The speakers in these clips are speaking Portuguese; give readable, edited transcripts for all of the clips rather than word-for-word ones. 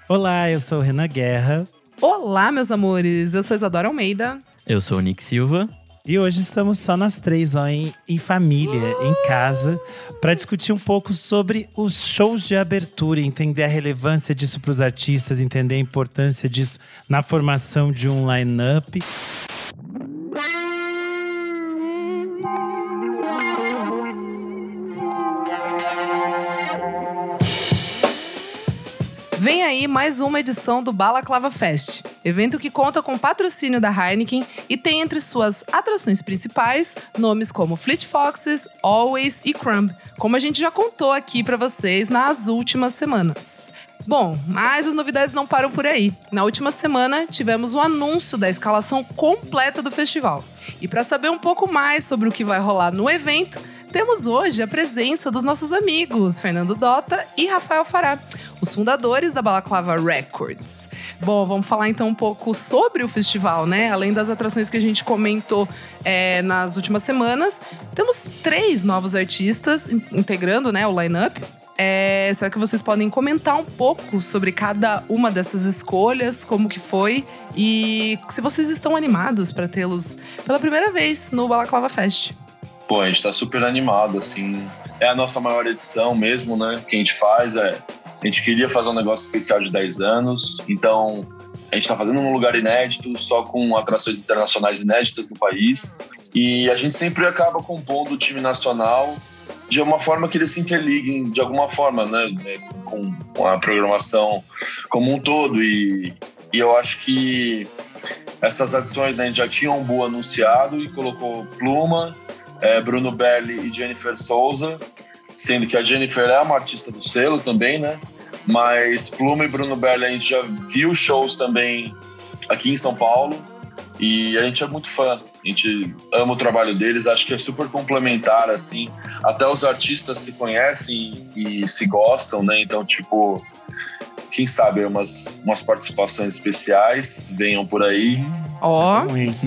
Olá, eu sou o Renan Guerra. Olá, meus amores, eu sou Isadora Almeida. Eu sou o Nick Silva. E hoje estamos só nós três, em família, em casa, para discutir um pouco sobre os shows de abertura, entender a relevância disso para os artistas, entender a importância disso na formação de um line-up. Vem aí mais uma edição do Balaclava Fest, evento que conta com patrocínio da Heineken e tem entre suas atrações principais nomes como Fleet Foxes, Always e Crumb, como a gente já contou aqui pra vocês nas últimas semanas. Bom, mas as novidades não param por aí. Na última semana, tivemos o anúncio da escalação completa do festival. E para saber um pouco mais sobre o que vai rolar no evento, temos hoje a presença dos nossos amigos Fernando Dota e Rafael Fará, os fundadores da Balaclava Records. Bom, vamos falar então um pouco sobre o festival, né? Além das atrações que a gente comentou nas últimas semanas, temos 3 novos artistas integrando, né, o line-up. Será que vocês podem comentar um pouco sobre cada uma dessas escolhas, como que foi e se vocês estão animados para tê-los pela primeira vez no Balaclava Fest? Pô, a gente tá super animado, assim. É a nossa maior edição mesmo, né? Que a gente faz a gente queria fazer um negócio especial de 10 anos, então a gente tá fazendo num lugar inédito, só com atrações internacionais inéditas no país. E a gente sempre acaba compondo o time nacional de uma forma que eles se interliguem de alguma forma, né? Com a programação como um todo. E eu acho que essas adições, né, a gente já tinha um Umbu anunciado e colocou Pluma, Bruno Belli e Jennifer Souza, sendo que a Jennifer é uma artista do selo também, né? Mas Pluma e Bruno Belli a gente já viu shows também aqui em São Paulo e a gente é muito fã, a gente ama o trabalho deles, acho que é super complementar, assim, até os artistas se conhecem e se gostam, né? Então, tipo, quem sabe umas participações especiais venham por aí. Ó!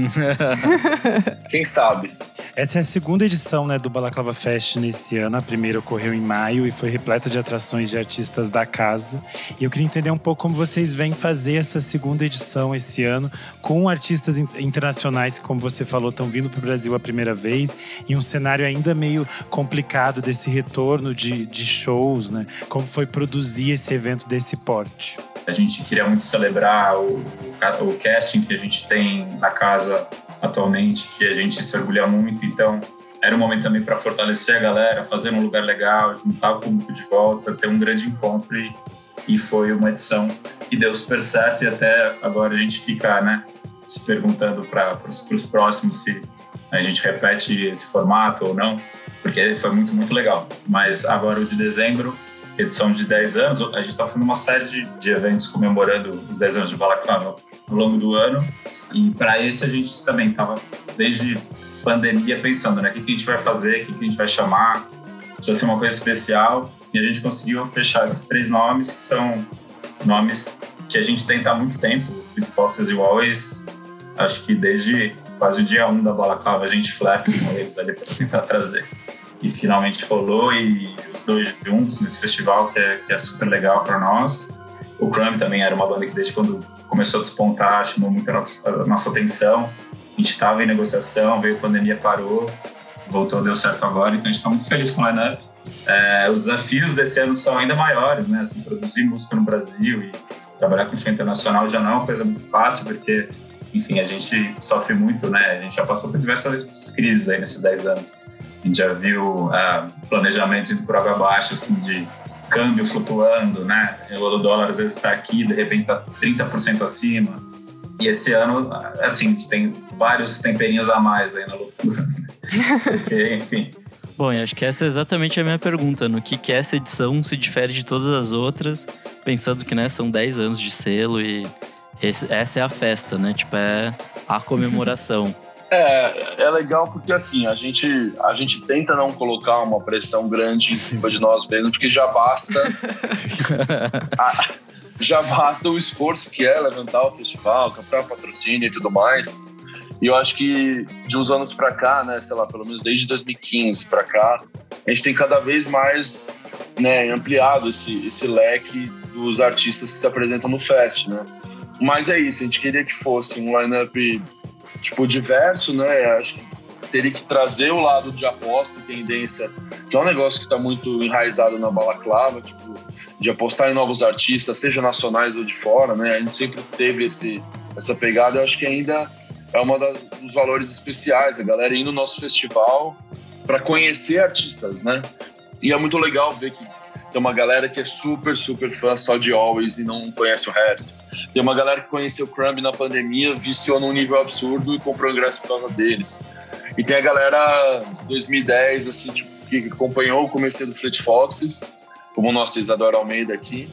Quem sabe? Essa é a segunda edição, né, do Balaclava Fest nesse ano. A primeira ocorreu em maio e foi repleta de atrações de artistas da casa. E eu queria entender um pouco como vocês vêm fazer essa segunda edição esse ano com artistas internacionais que, como você falou, estão vindo para o Brasil a primeira vez, em um cenário ainda meio complicado desse retorno de shows, né? Como foi produzir esse evento desse porte? A gente queria muito celebrar o casting que a gente tem na casa atualmente, que a gente se orgulha muito. Então, era um momento também para fortalecer a galera, fazer um lugar legal, juntar o público de volta, ter um grande encontro. E foi uma edição que deu super certo. E até agora a gente fica, né, se perguntando para os próximos se a gente repete esse formato ou não, porque foi muito, muito legal. Mas agora o de dezembro, edição de 10 anos, a gente está fazendo uma série de eventos comemorando os 10 anos de Balaclava ao longo do ano. E para esse a gente também estava, desde pandemia, pensando, né? O que a gente vai fazer, o que a gente vai chamar, precisa ser uma coisa especial. E a gente conseguiu fechar esses 3 nomes, que são nomes que a gente tenta há muito tempo, o Fleet Foxes e o Always. Acho que desde quase o dia 1 da Balaclava a gente flerta com eles ali para tentar trazer. E finalmente rolou, e os 2 juntos nesse festival, que é super legal para nós. O Crumb também era uma banda que desde quando começou a despontar chamou muito a nossa atenção. A gente estava em negociação, veio a pandemia, parou, voltou, deu certo agora, então a gente está muito feliz com o line-up. Os desafios desse ano são ainda maiores, né? Assim, produzir música no Brasil e trabalhar com show internacional já não é uma coisa muito fácil, porque, enfim, a gente sofre muito, né? A gente já passou por diversas crises aí nesses 10 anos. A gente já viu planejamentos indo por água abaixo, assim, de câmbio flutuando, né? O dólar às vezes está aqui, de repente está 30% acima. E esse ano, assim, tem vários temperinhos a mais aí na loucura. Porque, enfim. Bom, e acho que essa é exatamente a minha pergunta. No que essa edição se difere de todas as outras, pensando que, né, são 10 anos de selo e essa é a festa, né? Tipo, é a comemoração. É legal porque, assim, a gente tenta não colocar uma pressão grande em cima de nós mesmos, porque já basta o esforço que é levantar o festival, comprar patrocínio e tudo mais. E eu acho que de uns anos pra cá, né, sei lá, pelo menos desde 2015 pra cá, a gente tem cada vez mais, né, ampliado esse leque dos artistas que se apresentam no Fest, né? Mas é isso, a gente queria que fosse um line-up, tipo, diverso, né? Acho que teria que trazer o lado de aposta e tendência, que é um negócio que está muito enraizado na balaclava, tipo, de apostar em novos artistas, seja nacionais ou de fora, né? A gente sempre teve essa pegada. Eu acho que ainda é dos valores especiais, a galera ir no nosso festival para conhecer artistas, né? E é muito legal ver que tem uma galera que é super, super fã só de Always e não conhece o resto. Tem uma galera que conheceu o Crumb na pandemia, viciou num nível absurdo e comprou ingresso por causa deles. E tem a galera 2010, assim, tipo, que acompanhou o começo do Fleet Foxes, como o nosso Isadora Almeida aqui.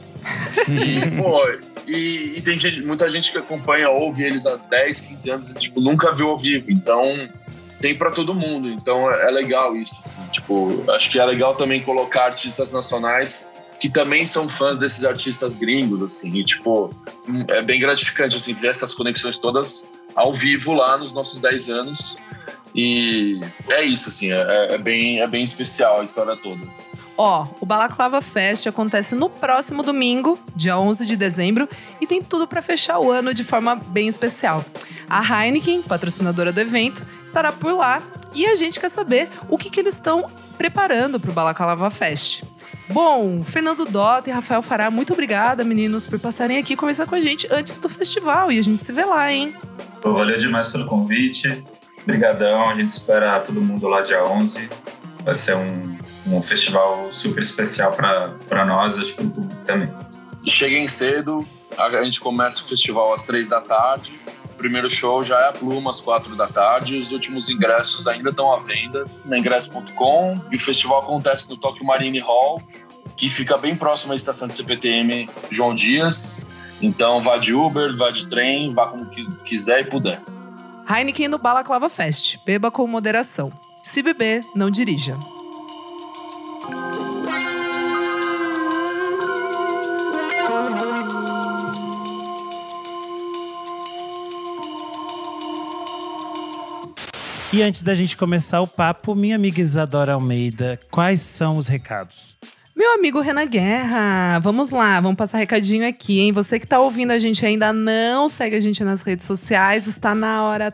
E tem muita gente que acompanha, ouve eles há 10, 15 anos e tipo, nunca viu ao vivo. Então, tem para todo mundo. Então, é legal isso. Assim. Tipo, acho que é legal também colocar artistas nacionais que também são fãs desses artistas gringos, assim. E, tipo, é bem gratificante, assim, ver essas conexões todas ao vivo lá nos nossos 10 anos. E é isso, assim, é bem especial a história toda. O Balaclava Fest acontece no próximo domingo, dia 11 de dezembro, e tem tudo para fechar o ano de forma bem especial. A Heineken, patrocinadora do evento, estará por lá e a gente quer saber o que eles estão preparando para o Balaclava Fest. Bom, Fernando Dota e Rafael Fará, muito obrigada, meninos, por passarem aqui e conversar com a gente antes do festival. E a gente se vê lá, hein? Valeu demais pelo convite. Obrigadão, a gente espera todo mundo lá dia 11. Vai ser um festival super especial para nós, acho que o público também. Cheguem cedo, a gente começa o festival às 3 da tarde. O primeiro show já é a Pluma às 4 da tarde. Os últimos ingressos ainda estão à venda na ingresso.com. E o festival acontece no Tokyo Marine Hall, que fica bem próximo à estação de CPTM João Dias. Então vá de Uber, vá de trem, vá como quiser e puder. Heineken no Balaclava Fest. Beba com moderação. Se beber, não dirija. E antes da gente começar o papo, minha amiga Isadora Almeida, quais são os recados? Meu amigo Renan Guerra, vamos lá, vamos passar recadinho aqui, hein? Você que tá ouvindo a gente ainda não segue a gente nas redes sociais, está na hora.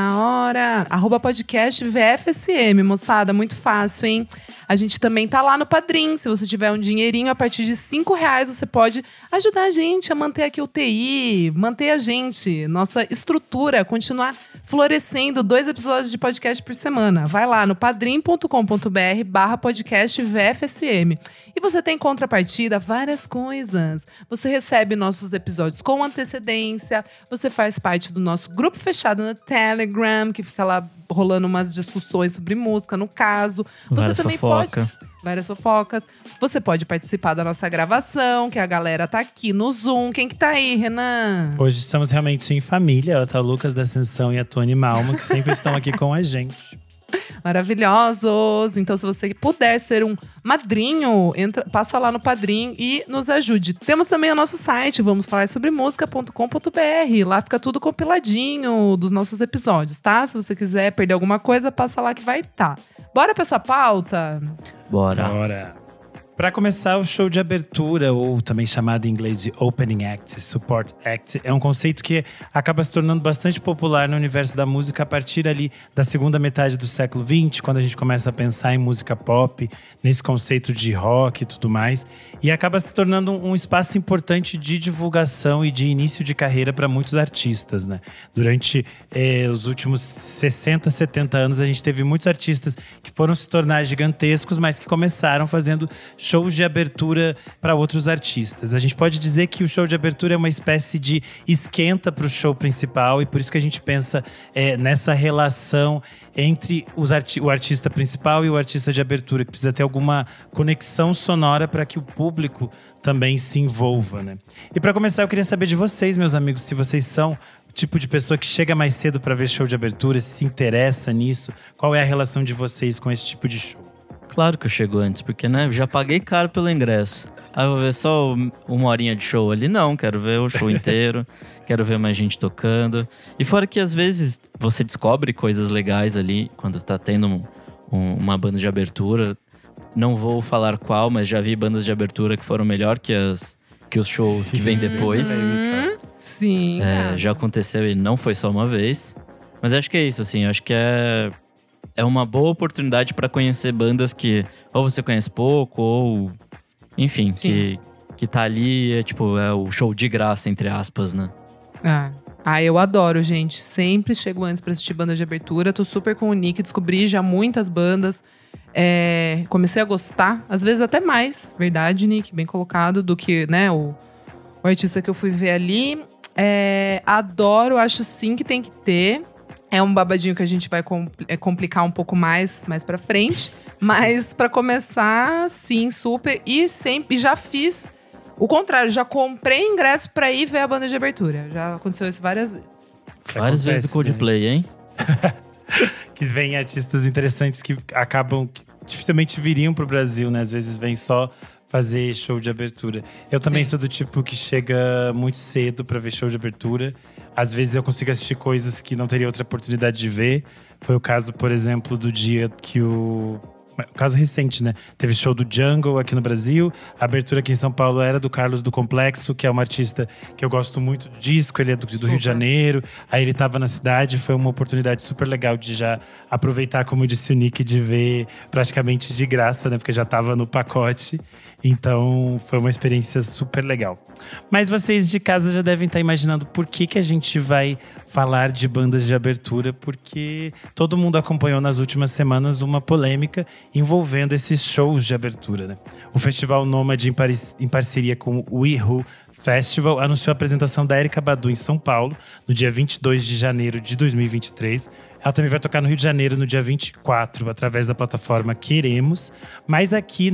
@podcast VFSM, moçada, muito fácil, hein? A gente também tá lá no Padrim, se você tiver um dinheirinho, a partir de R$5 você pode ajudar a gente a manter aqui o TI, manter a gente, nossa estrutura, continuar florescendo 2 episódios de podcast por semana. Vai lá no padrim.com.br/podcast VFSM. E você tem em contrapartida várias coisas. Você recebe nossos episódios com antecedência, você faz parte do nosso grupo fechado no Telegram, que fica lá rolando umas discussões sobre música, no caso. Você também pode... Várias fofocas. Você pode participar da nossa gravação, que a galera tá aqui no Zoom. Quem que tá aí, Renan? Hoje estamos realmente em família. Tá o Lucas da Ascensão e a Tony Malma, que sempre estão aqui com a gente. Maravilhosos! Então, se você puder ser um madrinho, passa lá no Padrim e nos ajude. Temos também o nosso site, vamosfalarsobremusica.com.br. Lá fica tudo compiladinho dos nossos episódios, tá? Se você quiser perder alguma coisa, passa lá que vai estar. Bora pra essa pauta? Bora! Para começar, o show de abertura, ou também chamado em inglês de Opening Act, Support Act, é um conceito que acaba se tornando bastante popular no universo da música a partir ali da segunda metade do século XX, quando a gente começa a pensar em música pop, nesse conceito de rock e tudo mais, e acaba se tornando um espaço importante de divulgação e de início de carreira para muitos artistas, né? Durante os últimos 60, 70 anos, a gente teve muitos artistas que foram se tornar gigantescos, mas que começaram fazendo shows de abertura para outros artistas. A gente pode dizer que o show de abertura é uma espécie de esquenta para o show principal, e por isso que a gente pensa nessa relação entre o artista principal e o artista de abertura, que precisa ter alguma conexão sonora para que o público também se envolva, né? E para começar, eu queria saber de vocês, meus amigos, se vocês são o tipo de pessoa que chega mais cedo para ver show de abertura, se interessa nisso, qual é a relação de vocês com esse tipo de show? Claro que eu chego antes, porque, né, já paguei caro pelo ingresso. Aí eu vou ver só uma horinha de show ali? Não, quero ver o show inteiro, quero ver mais gente tocando. E fora que às vezes você descobre coisas legais ali, quando está tendo uma banda de abertura. Não vou falar qual, mas já vi bandas de abertura que foram melhor que as que os shows que vêm depois. Sim. Já aconteceu e não foi só uma vez. Mas acho que é isso, assim. Acho que é uma boa oportunidade pra conhecer bandas que ou você conhece pouco, ou… Enfim, que tá ali, é o show de graça, entre aspas, né? Eu adoro, gente. Sempre chego antes pra assistir banda de abertura. Tô super com o Nick, descobri já muitas bandas. Comecei a gostar, às vezes até mais, verdade, Nick? Bem colocado, do que, né, o artista que eu fui ver ali. Adoro, acho sim que tem que ter. É um babadinho que a gente vai complicar um pouco mais pra frente. Mas pra começar, sim, super. E já fiz o contrário, já comprei ingresso pra ir ver a banda de abertura. Já aconteceu isso várias vezes. Várias vezes do Coldplay, hein? Que vem artistas interessantes que acabam… Que dificilmente viriam pro Brasil, né? Às vezes vem só fazer show de abertura. Eu também sou do tipo que chega muito cedo pra ver show de abertura. Às vezes eu consigo assistir coisas que não teria outra oportunidade de ver. Foi o caso, por exemplo, do dia que caso recente, né? Teve show do Jungle aqui no Brasil. A abertura aqui em São Paulo era do Carlos do Complexo, que é um artista que eu gosto muito do disco. Ele é do Rio de Janeiro. Aí ele tava na cidade. Foi uma oportunidade super legal de já aproveitar, como disse o Nick, de ver praticamente de graça, né? Porque já tava no pacote. Então, foi uma experiência super legal. Mas vocês de casa já devem estar imaginando por que a gente vai falar de bandas de abertura, porque todo mundo acompanhou nas últimas semanas uma polêmica envolvendo esses shows de abertura, né? O Festival Nômade, em parceria com o WeWho Festival, anunciou a apresentação da Erykah Badu em São Paulo, no dia 22 de janeiro de 2023. Ela também vai tocar no Rio de Janeiro no dia 24, através da plataforma Queremos. Mas aqui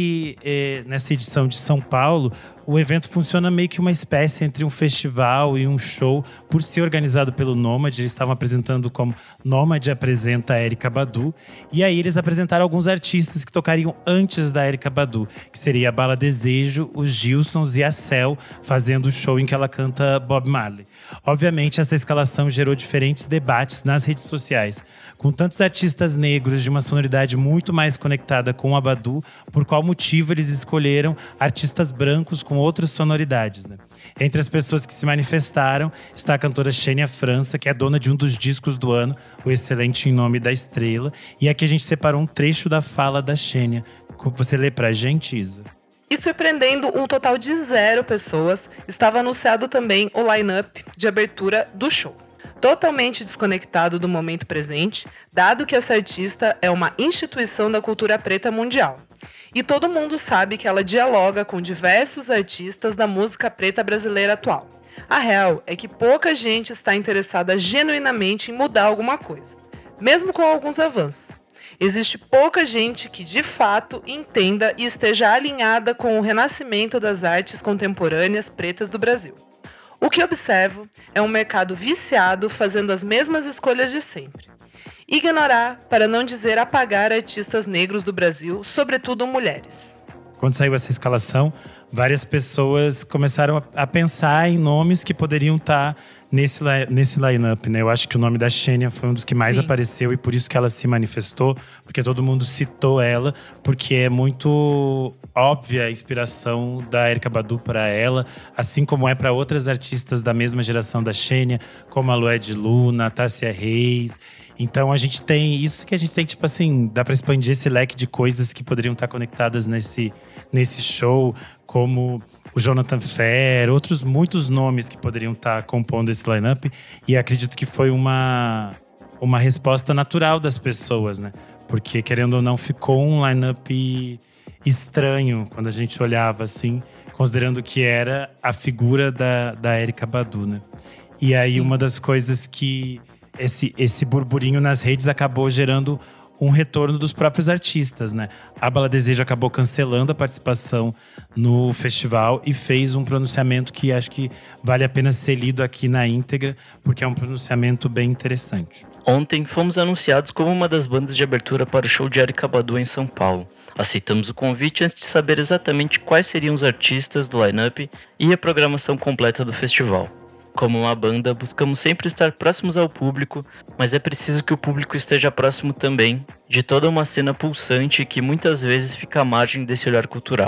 nessa edição de São Paulo, o evento funciona meio que uma espécie entre um festival e um show, por ser organizado pelo Nômade. Eles estavam apresentando como Nômade apresenta a Erykah Badu. E aí eles apresentaram alguns artistas que tocariam antes da Erykah Badu, que seria a Bala Desejo, os Gilsons e a Cell, fazendo o show em que ela canta Bob Marley. Obviamente, essa escalação gerou diferentes debates nas redes sociais. Com tantos artistas negros de uma sonoridade muito mais conectada com a Badu, por qual motivo eles escolheram artistas brancos com outras sonoridades, né? Entre as pessoas que se manifestaram está a cantora Xenia França, que é dona de um dos discos do ano, o excelente Em Nome da Estrela. E aqui a gente separou um trecho da fala da Xenia. Você lê pra gente, Isa? E surpreendendo um total de 0 pessoas, estava anunciado também o line-up de abertura do show. Totalmente desconectado do momento presente, dado que essa artista é uma instituição da cultura preta mundial. E todo mundo sabe que ela dialoga com diversos artistas da música preta brasileira atual. A real é que pouca gente está interessada genuinamente em mudar alguma coisa, mesmo com alguns avanços. Existe pouca gente que, de fato, entenda e esteja alinhada com o renascimento das artes contemporâneas pretas do Brasil. O que observo é um mercado viciado fazendo as mesmas escolhas de sempre. Ignorar, para não dizer apagar, artistas negros do Brasil, sobretudo mulheres. Quando saiu essa escalação, várias pessoas começaram a pensar em nomes que poderiam estar nesse line-up, né? Eu acho que o nome da Xenia foi um dos que mais apareceu e por isso que ela se manifestou, porque todo mundo citou ela, porque é muito óbvia a inspiração da Erykah Badu para ela, assim como é para outras artistas da mesma geração da Xenia, como a Lued Luna, Tássia Reis. Então a gente tem isso que a gente tem, tipo assim, dá para expandir esse leque de coisas que poderiam estar conectadas nesse show, como o Jonathan Fer, outros muitos nomes que poderiam estar compondo esse line-up. E acredito que foi uma resposta natural das pessoas, né? Porque, querendo ou não, ficou um line-up estranho quando a gente olhava assim, considerando que era a figura da Erykah Badu, né? E aí uma das coisas que esse burburinho nas redes acabou gerando um retorno dos próprios artistas, né? A Bala Desejo acabou cancelando a participação no festival e fez um pronunciamento que acho que vale a pena ser lido aqui na íntegra, porque é um pronunciamento bem interessante. Ontem fomos anunciados como uma das bandas de abertura para o show de Erykah Badu em São Paulo. Aceitamos o convite antes de saber exatamente quais seriam os artistas do line-up e a programação completa do festival. Como uma banda, buscamos sempre estar próximos ao público, mas é preciso que o público esteja próximo também de toda uma cena pulsante que muitas vezes fica à margem desse olhar cultural.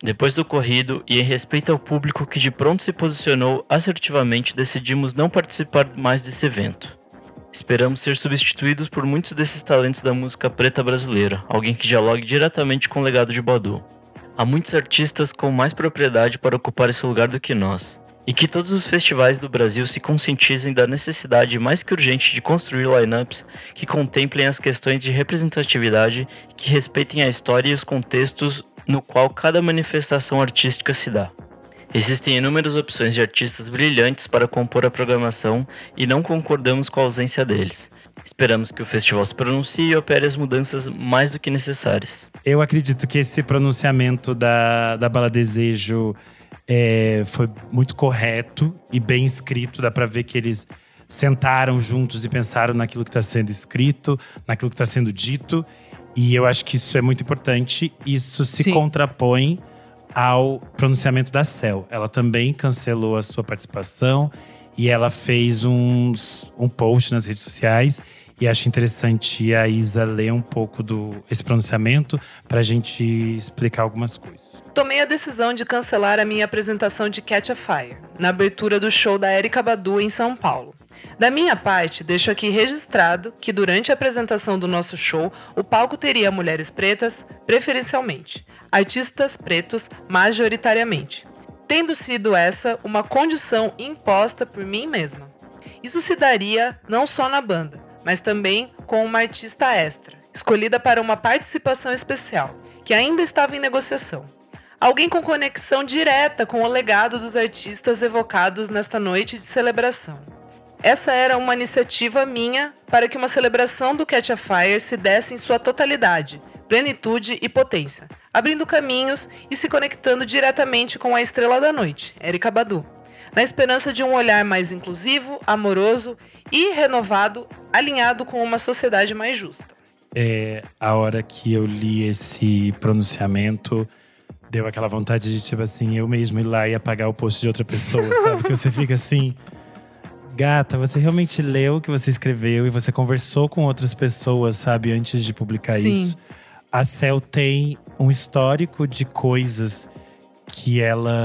Depois do ocorrido e em respeito ao público que de pronto se posicionou assertivamente, decidimos não participar mais desse evento. Esperamos ser substituídos por muitos desses talentos da música preta brasileira, alguém que dialogue diretamente com o legado de Badu. Há muitos artistas com mais propriedade para ocupar esse lugar do que nós. E que todos os festivais do Brasil se conscientizem da necessidade mais que urgente de construir lineups que contemplem as questões de representatividade e que respeitem a história e os contextos no qual cada manifestação artística se dá. Existem inúmeras opções de artistas brilhantes para compor a programação e não concordamos com a ausência deles. Esperamos que o festival se pronuncie e opere as mudanças mais do que necessárias. Eu acredito que esse pronunciamento da Bala Desejo foi muito correto e bem escrito. Dá pra ver que eles sentaram juntos e pensaram naquilo que está sendo escrito, naquilo que está sendo dito. E eu acho que isso é muito importante. Isso se contrapõe ao pronunciamento da Cell. Ela também cancelou a sua participação e ela fez um post nas redes sociais. E acho interessante a Isa ler um pouco esse pronunciamento para a gente explicar algumas coisas. Tomei a decisão de cancelar a minha apresentação de Catch a Fire, na abertura do show da Erykah Badu em São Paulo. Da minha parte, deixo aqui registrado que durante a apresentação do nosso show, o palco teria mulheres pretas, preferencialmente, artistas pretos, majoritariamente, tendo sido essa uma condição imposta por mim mesma. Isso se daria não só na banda, mas também com uma artista extra, escolhida para uma participação especial, que ainda estava em negociação. Alguém com conexão direta com o legado dos artistas evocados nesta noite de celebração. Essa era uma iniciativa minha para que uma celebração do Catch a Fire se desse em sua totalidade, plenitude e potência, abrindo caminhos e se conectando diretamente com a estrela da noite, Erykah Badu, na esperança de um olhar mais inclusivo, amoroso e renovado, alinhado com uma sociedade mais justa. A hora que eu li esse pronunciamento, deu aquela vontade de, tipo assim, eu mesmo ir lá e apagar o post de outra pessoa, sabe? Que você fica assim… Gata, você realmente leu o que você escreveu e você conversou com outras pessoas, sabe? Antes de publicar isso. A Cell tem um histórico de coisas que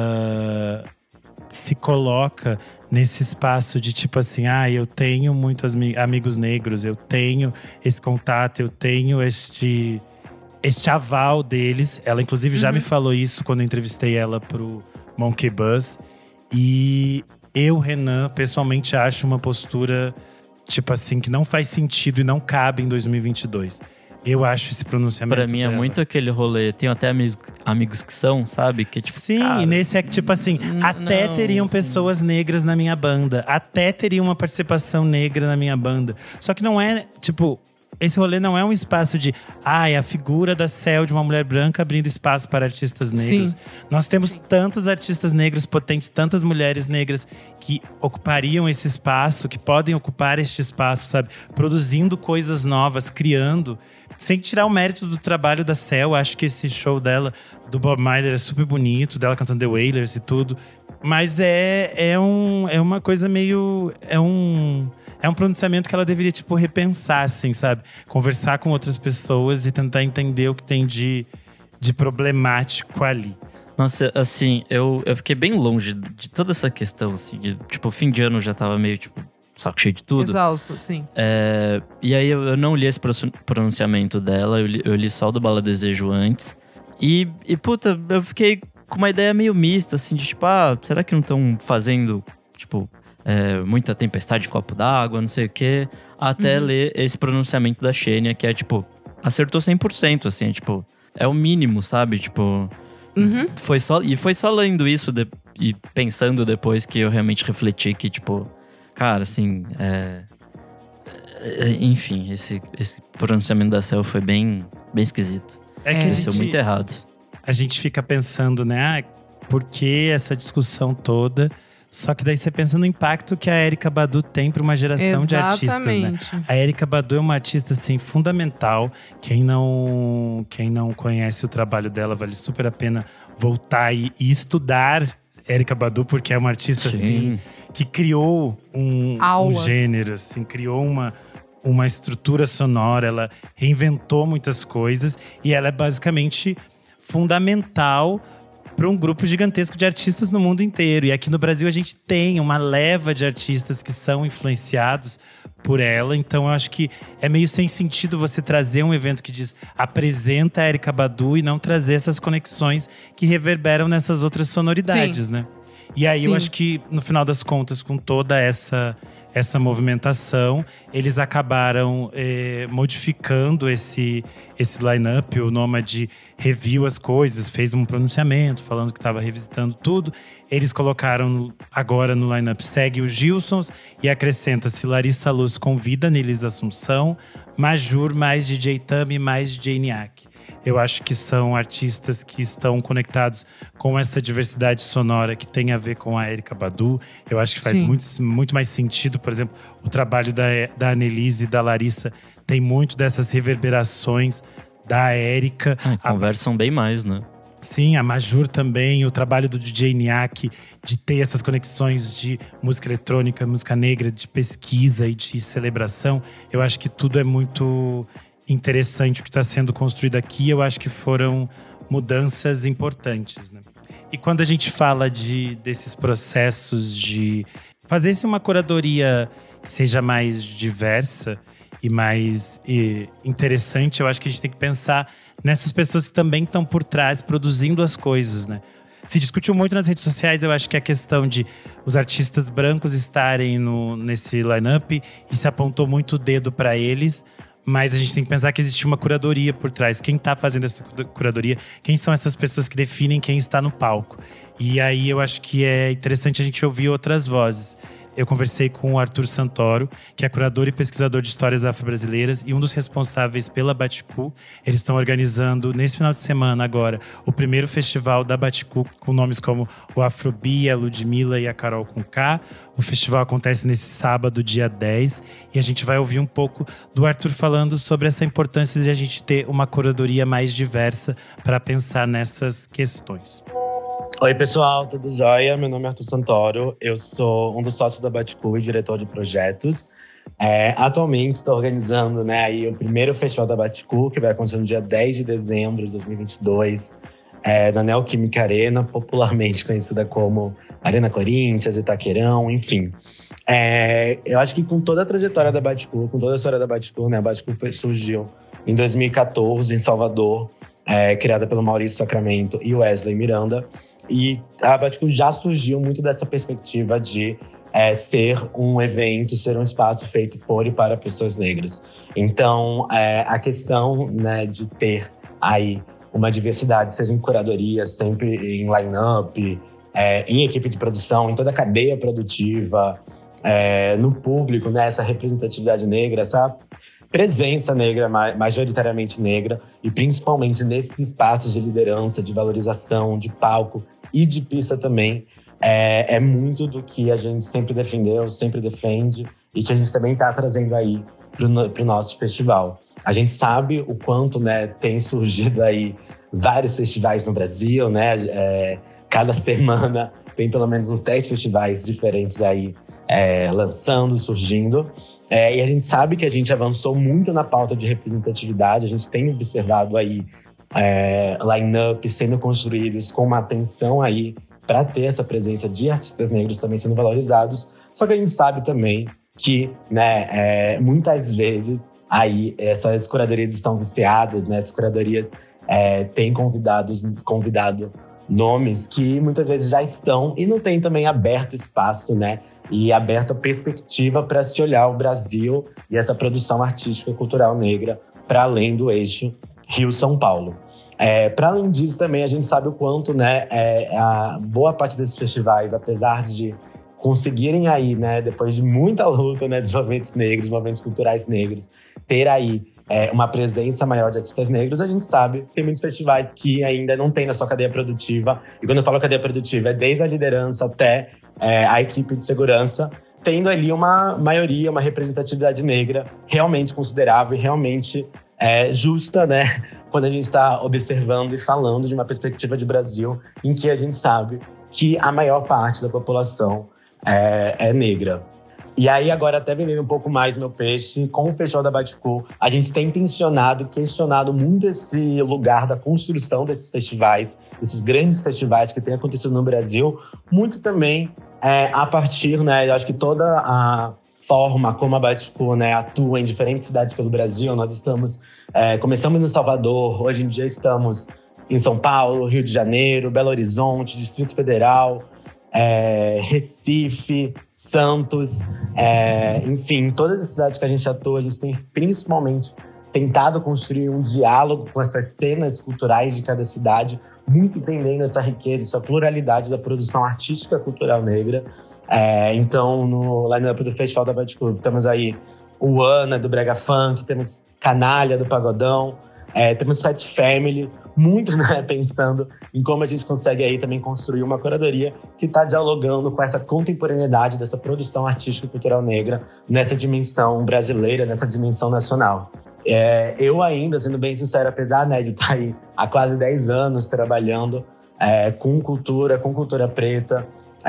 ela se coloca nesse espaço de tipo assim… eu tenho muitos amigos negros, eu tenho esse contato, eu tenho este aval deles. Ela inclusive já me falou isso quando eu entrevistei ela pro Monkey Buzz. E… eu, Renan, pessoalmente acho uma postura, tipo assim, que não faz sentido e não cabe em 2022. Eu acho esse pronunciamento Pra mim é muito aquele rolê. Tenho até amigos que são, sabe? Que, tipo, sim, cara, e nesse é que, tipo assim, até teriam pessoas negras na minha banda. Até teria uma participação negra na minha banda. Só que não é, tipo… esse rolê não é um espaço de… a figura da Cell de uma mulher branca abrindo espaço para artistas negros. Sim. Nós temos tantos artistas negros potentes, tantas mulheres negras que ocupariam esse espaço, que podem ocupar este espaço, sabe? Produzindo coisas novas, criando. Sem tirar o mérito do trabalho da Cell. Acho que esse show dela, do Bob Marley, é super bonito. Dela cantando The Wailers e tudo. Mas é uma coisa meio… É um pronunciamento que ela deveria, tipo, repensar, assim, sabe? Conversar com outras pessoas e tentar entender o que tem de problemático ali. Nossa, assim, eu fiquei bem longe de toda essa questão, assim. Tipo, fim de ano já tava meio, tipo, saco cheio de tudo. Exausto, sim. E aí eu não li esse pronunciamento dela, eu li só o do Bala Desejo antes. E puta, eu fiquei com uma ideia meio mista, assim, de tipo, será que não estão fazendo, tipo… muita tempestade em copo d'água, não sei o quê. Até ler esse pronunciamento da Xenia, que é tipo… acertou 100%, assim, tipo… é o mínimo, sabe? Tipo… foi só lendo isso e pensando depois que eu realmente refleti que, tipo… cara, assim… enfim, esse pronunciamento da Cell foi bem esquisito. Pareceu muito errado. A gente fica pensando, né? Por que essa discussão toda… Só que daí você pensa no impacto que a Erykah Badu tem para uma geração de artistas, né? A Erykah Badu é uma artista, assim, fundamental. Quem não conhece o trabalho dela, vale super a pena voltar e estudar Erykah Badu, porque é uma artista, assim, que criou um gênero, assim, criou uma estrutura sonora. Ela reinventou muitas coisas e ela é basicamente fundamental para um grupo gigantesco de artistas no mundo inteiro. E aqui no Brasil a gente tem uma leva de artistas que são influenciados por ela. Então eu acho que é meio sem sentido você trazer um evento que diz apresenta a Erykah Badu e não trazer essas conexões que reverberam nessas outras sonoridades, né? E aí eu acho que, no final das contas, com toda essa movimentação, eles acabaram modificando esse line-up. O Nomad reviu as coisas, fez um pronunciamento falando que estava revisitando tudo. Eles colocaram agora no line-up, segue os Gilsons e acrescenta-se Larissa Luz com Vida, Nelis Assunção, Majur, mais DJ Tami, mais DJ Niak. Eu acho que são artistas que estão conectados com essa diversidade sonora que tem a ver com a Erykah Badu. Eu acho que faz muito mais sentido. Por exemplo, o trabalho da Annelise e da Larissa tem muito dessas reverberações da Erykah. Conversam bem mais, né? Sim, a Majur também. O trabalho do DJ Niak de ter essas conexões de música eletrônica, música negra, de pesquisa e de celebração. Eu acho que tudo é muito interessante o que está sendo construído aqui. Eu acho que foram mudanças importantes, né? E quando a gente fala desses processos de fazer uma curadoria que seja mais diversa e mais interessante, eu acho que a gente tem que pensar nessas pessoas que também estão por trás produzindo as coisas, né? Se discutiu muito nas redes sociais, eu acho que a questão de os artistas brancos estarem nesse line-up e se apontou muito o dedo para eles. Mas a gente tem que pensar que existe uma curadoria por trás. Quem está fazendo essa curadoria? Quem são essas pessoas que definem quem está no palco? E aí eu acho que é interessante a gente ouvir outras vozes. Eu conversei com o Arthur Santoro, que é curador e pesquisador de histórias afro-brasileiras e um dos responsáveis pela Baticu. Eles estão organizando, nesse final de semana agora, o primeiro festival da Baticu, com nomes como o Afrobia, a Ludmilla e a Carol com K. O festival acontece nesse sábado, dia 10. E a gente vai ouvir um pouco do Arthur falando sobre essa importância de a gente ter uma curadoria mais diversa para pensar nessas questões. Oi, pessoal, tudo jóia? Meu nome é Arthur Santoro, eu sou um dos sócios da Baticu e diretor de projetos. Atualmente estou organizando, né, aí o primeiro festival da Baticu, que vai acontecer no dia 10 de dezembro de 2022, na Neoquímica Arena, popularmente conhecida como Arena Corinthians, Itaquerão, enfim. Eu acho que com toda a trajetória da Baticu, com toda a história da Baticu, né, a Baticu surgiu em 2014 em Salvador, criada pelo Maurício Sacramento e Wesley Miranda. E a Baticu já surgiu muito dessa perspectiva de ser um evento, ser um espaço feito por e para pessoas negras. Então, a questão, né, de ter aí uma diversidade, seja em curadoria, sempre em line-up, em equipe de produção, em toda a cadeia produtiva, no público, né, essa representatividade negra, essa presença negra, majoritariamente negra, e principalmente nesses espaços de liderança, de valorização, de palco e de pista também, é muito do que a gente sempre defendeu, sempre defende, e que a gente também está trazendo aí para o nosso festival. A gente sabe o quanto, né, tem surgido aí vários festivais no Brasil, né? Cada semana tem pelo menos uns 10 festivais diferentes aí lançando, surgindo. E a gente sabe que a gente avançou muito na pauta de representatividade. A gente tem observado aí line-up sendo construídos com uma atenção aí para ter essa presença de artistas negros também sendo valorizados. Só que a gente sabe também que, né, muitas vezes aí essas curadorias estão viciadas, né? Essas curadorias têm convidado nomes que muitas vezes já estão e não tem também aberto espaço, né? E aberto a perspectiva para se olhar o Brasil e essa produção artística e cultural negra para além do eixo Rio-São Paulo. Para além disso, também a gente sabe o quanto, né, a boa parte desses festivais, apesar de conseguirem aí, né, depois de muita luta, né, dos movimentos negros, movimentos culturais negros, ter aí uma presença maior de artistas negros, a gente sabe que tem muitos festivais que ainda não tem na sua cadeia produtiva. E quando eu falo cadeia produtiva, é desde a liderança até a equipe de segurança, tendo ali uma maioria, uma representatividade negra realmente considerável e realmente justa, né? Quando a gente está observando e falando de uma perspectiva de Brasil em que a gente sabe que a maior parte da população é negra. E aí, agora até vendendo um pouco mais meu peixe, com o Festival da Baticu, a gente tem questionado muito esse lugar da construção desses festivais, desses grandes festivais que têm acontecido no Brasil, muito também a partir, né, eu acho que toda a forma como a Baticu, né, atua em diferentes cidades pelo Brasil. Nós começamos em Salvador, hoje em dia estamos em São Paulo, Rio de Janeiro, Belo Horizonte, Distrito Federal, Recife, Santos, enfim, todas as cidades que a gente atua, a gente tem principalmente tentado construir um diálogo com essas cenas culturais de cada cidade, muito entendendo essa riqueza, essa pluralidade da produção artística cultural negra. Então, no line-up do Festival da Baticu, temos aí o Ana, do Brega Funk, temos Canalha, do Pagodão, temos Fat Family, muito, né, pensando em como a gente consegue aí também construir uma curadoria que está dialogando com essa contemporaneidade dessa produção artística e cultural negra nessa dimensão brasileira, nessa dimensão nacional. Eu ainda, sendo bem sincero, apesar, né, de estar aí há quase 10 anos trabalhando com cultura preta,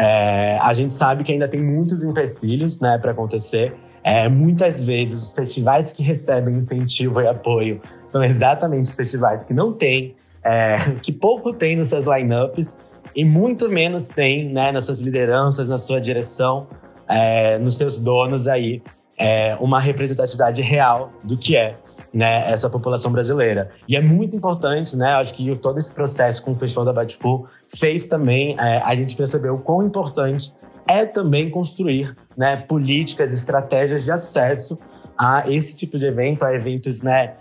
a gente sabe que ainda tem muitos empecilhos, né, para acontecer. Muitas vezes os festivais que recebem incentivo e apoio são exatamente os festivais que não têm, que pouco tem nos seus line-ups e muito menos tem, né, nas suas lideranças, na sua direção, nos seus donos aí, uma representatividade real do que é, né, essa população brasileira. E é muito importante, né, acho que todo esse processo com o Festival da Baticu fez também a gente perceber o quão importante é também construir, né, políticas, estratégias de acesso a esse tipo de evento, a eventos, né,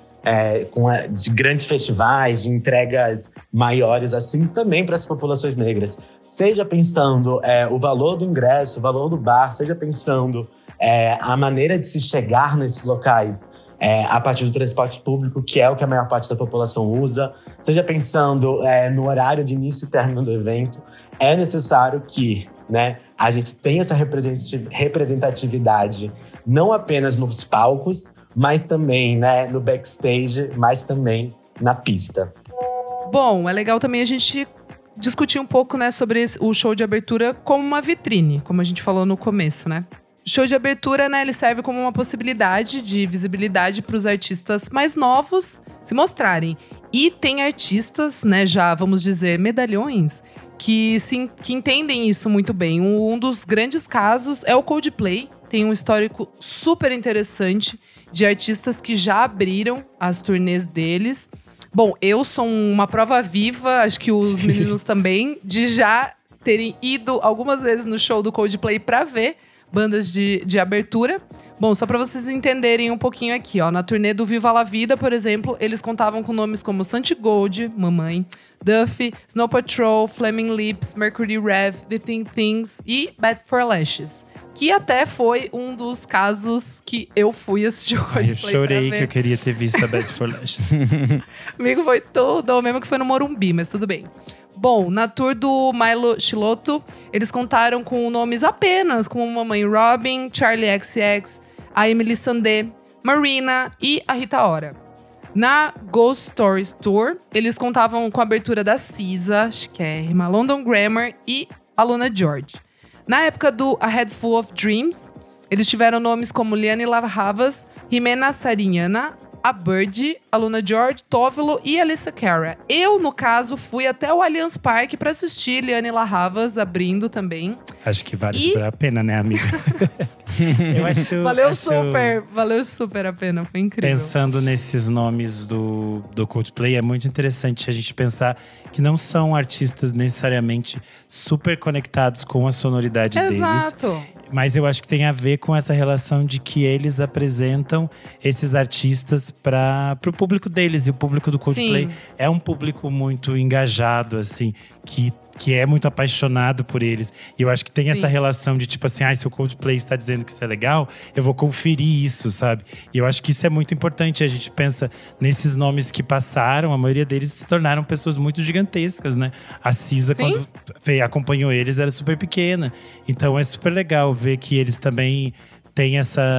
de grandes festivais, de entregas maiores, assim, também para as populações negras. Seja pensando o valor do ingresso, o valor do bar, seja pensando a maneira de se chegar nesses locais a partir do transporte público, que é o que a maior parte da população usa, seja pensando no horário de início e término do evento. É necessário que, né, a gente tenha essa representatividade não apenas nos palcos, mas também, né, no backstage, mas também na pista. Bom, é legal também a gente discutir um pouco, né, sobre o show de abertura como uma vitrine, como a gente falou no começo, né? Show de abertura, né, ele serve como uma possibilidade de visibilidade para os artistas mais novos se mostrarem. E tem artistas, né, já vamos dizer, medalhões, que entendem isso muito bem. Um dos grandes casos é o Coldplay. Tem um histórico super interessante de artistas que já abriram as turnês deles. Bom, eu sou uma prova viva, acho que os meninos também, de já terem ido algumas vezes no show do Coldplay para ver bandas de abertura. Bom, só para vocês entenderem um pouquinho aqui, ó. Na turnê do Viva La Vida, por exemplo, eles contavam com nomes como Santigold, Mamãe, Duffy, Snow Patrol, Flaming Lips, Mercury Rev, The Things e Bad for Lashes. Que até foi um dos casos que eu fui assistir o Coldplay. Eu chorei que eu queria ter visto a Bad for Lashes. Amigo, foi tudo, mesmo que foi no Morumbi, mas tudo bem. Bom, na tour do Milo Chiloto, eles contaram com nomes apenas como Mamãe Robin, Charlie XX, a Emily Sandé, Marina e a Rita Ora. Na Ghost Stories Tour, eles contavam com a abertura da Cisa, chiquérrima, London Grammar e a Luna George. Na época do A Head Full of Dreams, eles tiveram nomes como Liane Lavravas, Jimena Sariñana, a Bird, a Luna George, Tóvilo e Alyssa Cara. Eu, no caso, fui até o Allianz Parque para assistir Liane Lavravas abrindo também. Acho que vale super a pena, né, amiga? Eu acho, valeu super a pena, foi incrível. Pensando nesses nomes do Coldplay, é muito interessante a gente pensar que não são artistas necessariamente super conectados com a sonoridade deles. Exato. Mas eu acho que tem a ver com essa relação de que eles apresentam esses artistas para o público deles. E o público do Coldplay é um público muito engajado, assim, que é muito apaixonado por eles. E eu acho que tem essa relação de tipo assim, se o Coldplay está dizendo que isso é legal, eu vou conferir isso, sabe? E eu acho que isso é muito importante. A gente pensa nesses nomes que passaram, a maioria deles se tornaram pessoas muito gigantescas, né? A Cisa, quando acompanhou eles, era super pequena. Então é super legal ver que eles também têm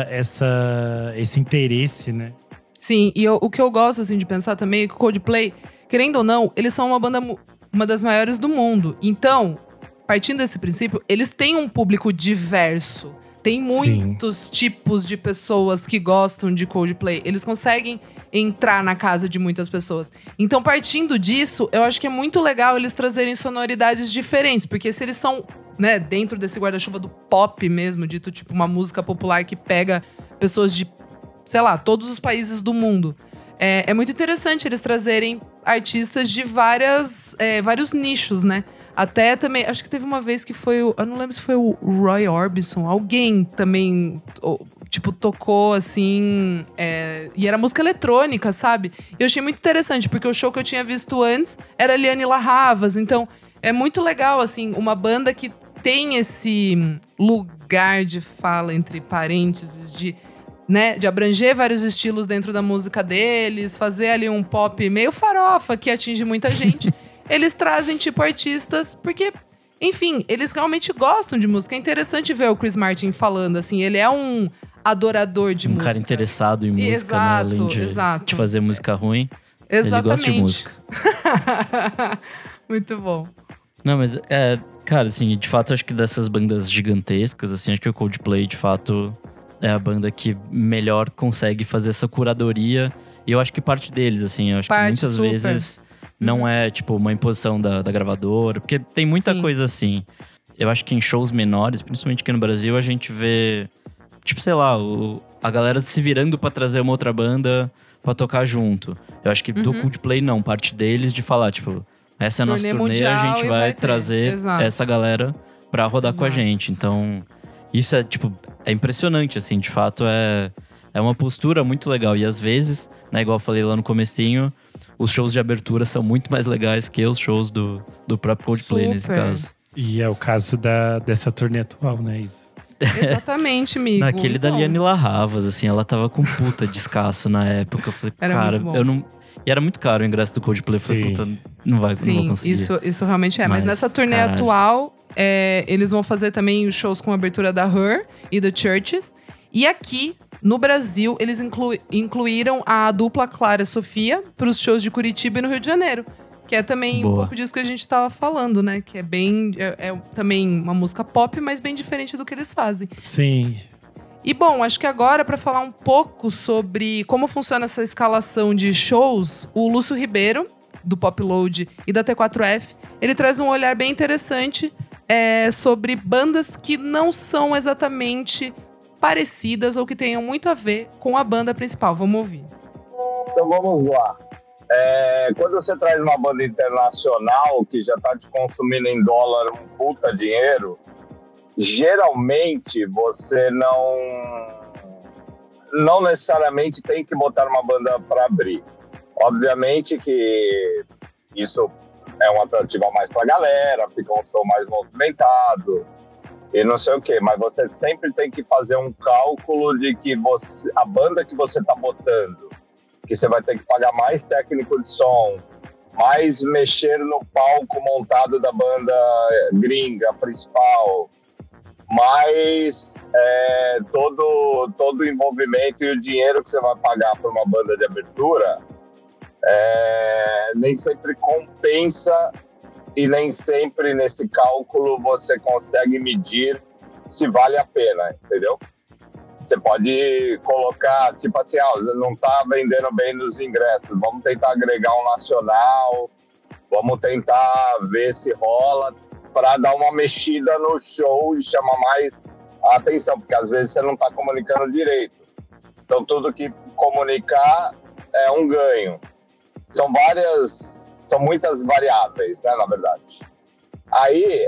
esse interesse, né? Sim, e o que eu gosto assim, de pensar também é que o Coldplay, querendo ou não, eles são uma das maiores do mundo. Então, partindo desse princípio, eles têm um público diverso. Tem muitos tipos de pessoas que gostam de Coldplay. Eles conseguem entrar na casa de muitas pessoas. Então, partindo disso, eu acho que é muito legal eles trazerem sonoridades diferentes. Porque se eles são, né, dentro desse guarda-chuva do pop mesmo, dito tipo uma música popular que pega pessoas de, sei lá, todos os países do mundo. É muito interessante eles trazerem artistas de vários nichos, né? Até também, acho que teve uma vez que foi eu não lembro se foi o Roy Orbison, alguém também, tipo, tocou assim, e era música eletrônica, sabe? E eu achei muito interessante, porque o show que eu tinha visto antes era Liane La Havas, então é muito legal, assim, uma banda que tem esse lugar de fala, entre parênteses, de abranger vários estilos dentro da música deles, fazer ali um pop meio farofa que atinge muita gente. Eles trazem, tipo, artistas, porque, enfim, eles realmente gostam de música. É interessante ver o Chris Martin falando, assim, ele é um adorador de música. Um cara interessado em música, exato, né? Além de fazer música ruim, exatamente. Ele gosta de música. Muito bom. Não, mas, cara, assim, de fato, acho que dessas bandas gigantescas, assim, acho que o Coldplay, de fato, é a banda que melhor consegue fazer essa curadoria. E eu acho que parte deles, assim, eu acho que muitas vezes não é, tipo, uma imposição da gravadora. Porque tem muita coisa assim. Eu acho que em shows menores, principalmente aqui no Brasil, a gente vê, tipo, sei lá, a galera se virando pra trazer uma outra banda pra tocar junto. Eu acho que do Coldplay, não. Parte deles de falar, tipo, essa é a nossa turnê, mundial, a gente vai trazer essa galera pra rodar com a gente. Então, isso é, tipo, é impressionante, assim. De fato, é uma postura muito legal. E às vezes, né, igual eu falei lá no comecinho, os shows de abertura são muito mais legais que os shows do próprio Coldplay, nesse caso. E é o caso dessa turnê atual, né, Isa? Exatamente, amigo. Naquele da Liane La Havas, assim, ela tava com puta descasso na época. Eu falei, cara, eu não... E era muito caro o ingresso do Coldplay. Eu falei, puta, não vou conseguir. Isso realmente é. Mas nessa turnê atual, eles vão fazer também os shows com a abertura da Her e The Churches. E aqui, no Brasil, eles incluíram a dupla Clara Sofia para os shows de Curitiba e no Rio de Janeiro. Que é também um pouco disso que a gente tava falando, né? Que é bem... É também uma música pop, mas bem diferente do que eles fazem. Sim. E bom, acho que agora, para falar um pouco sobre como funciona essa escalação de shows, o Lúcio Ribeiro, do Popload e da T4F, ele traz um olhar bem interessante sobre bandas que não são exatamente parecidas ou que tenham muito a ver com a banda principal. Vamos ouvir. Então vamos lá. Quando você traz uma banda internacional que já está te consumindo em dólar um puta dinheiro, geralmente você não necessariamente tem que botar uma banda para abrir. Obviamente que isso é um atrativo a mais para a galera, fica um show mais movimentado e não sei o quê, mas você sempre tem que fazer um cálculo de que a banda que você está botando, que você vai ter que pagar mais técnico de som, mais mexer no palco montado da banda gringa principal, mais todo o envolvimento e o dinheiro que você vai pagar por uma banda de abertura, nem sempre compensa e nem sempre nesse cálculo você consegue medir se vale a pena, entendeu? Você pode colocar, tipo assim, não tá vendendo bem nos ingressos, vamos tentar agregar um nacional, vamos tentar ver se rola, para dar uma mexida no show e chamar mais a atenção, porque às vezes você não está comunicando direito. Então, tudo que comunicar é um ganho. São muitas variáveis, né, na verdade. Aí,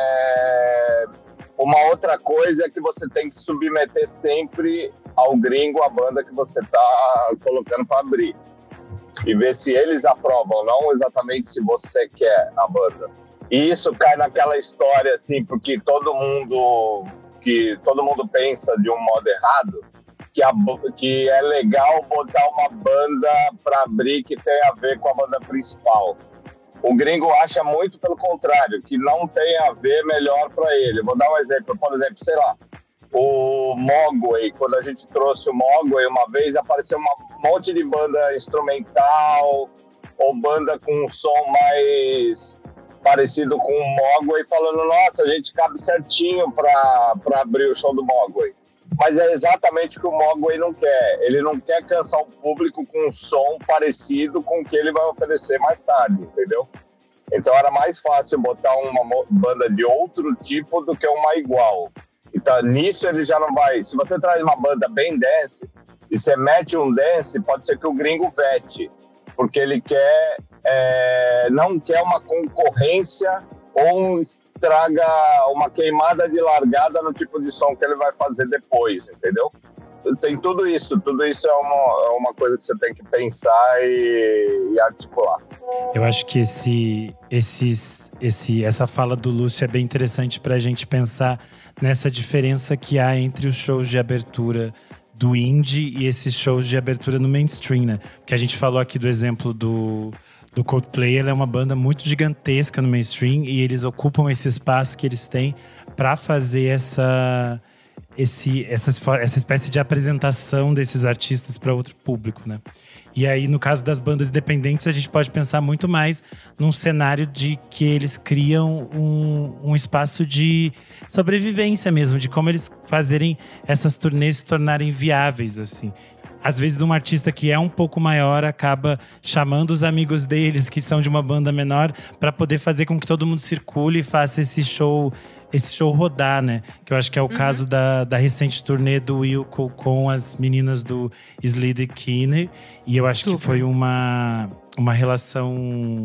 uma outra coisa é que você tem que submeter sempre ao gringo a banda que você está colocando para abrir. E ver se eles aprovam, não exatamente se você quer a banda. E isso cai naquela história, assim, porque todo mundo pensa de um modo errado, que é legal botar uma banda para abrir que tem a ver com a banda principal. O gringo acha muito pelo contrário, que não tem a ver melhor para ele. Vou dar um exemplo, por exemplo, sei lá, o Mogwai, quando a gente trouxe o Mogwai uma vez, apareceu um monte de banda instrumental ou banda com um som mais parecido com o Mogwai, falando, nossa, a gente cabe certinho para abrir o show do Mogwai. Mas é exatamente o que o Mogwai não quer. Ele não quer cansar o público com um som parecido com o que ele vai oferecer mais tarde, entendeu? Então era mais fácil botar uma banda de outro tipo do que uma igual. Então nisso ele já não vai... Se você traz uma banda bem dance e você mete um dance, pode ser que o gringo vete. Porque ele quer... não quer uma concorrência ou traga uma queimada de largada no tipo de som que ele vai fazer depois, entendeu? Tem tudo isso é uma coisa que você tem que pensar e articular. Eu acho que essa fala do Lúcio é bem interessante para a gente pensar nessa diferença que há entre os shows de abertura do indie e esses shows de abertura no mainstream, né? Porque a gente falou aqui do exemplo do Coldplay, ela é uma banda muito gigantesca no mainstream e eles ocupam esse espaço que eles têm para fazer essa espécie de apresentação desses artistas para outro público, né? E aí, no caso das bandas independentes, a gente pode pensar muito mais num cenário de que eles criam um espaço de sobrevivência mesmo, de como eles fazerem essas turnês se tornarem viáveis, assim. Às vezes um artista que é um pouco maior acaba chamando os amigos deles, que são de uma banda menor, para poder fazer com que todo mundo circule e faça esse show rodar, né? Que eu acho que é o caso da recente turnê do Wilco com as meninas do Sleater-Kinney. E eu acho que foi uma relação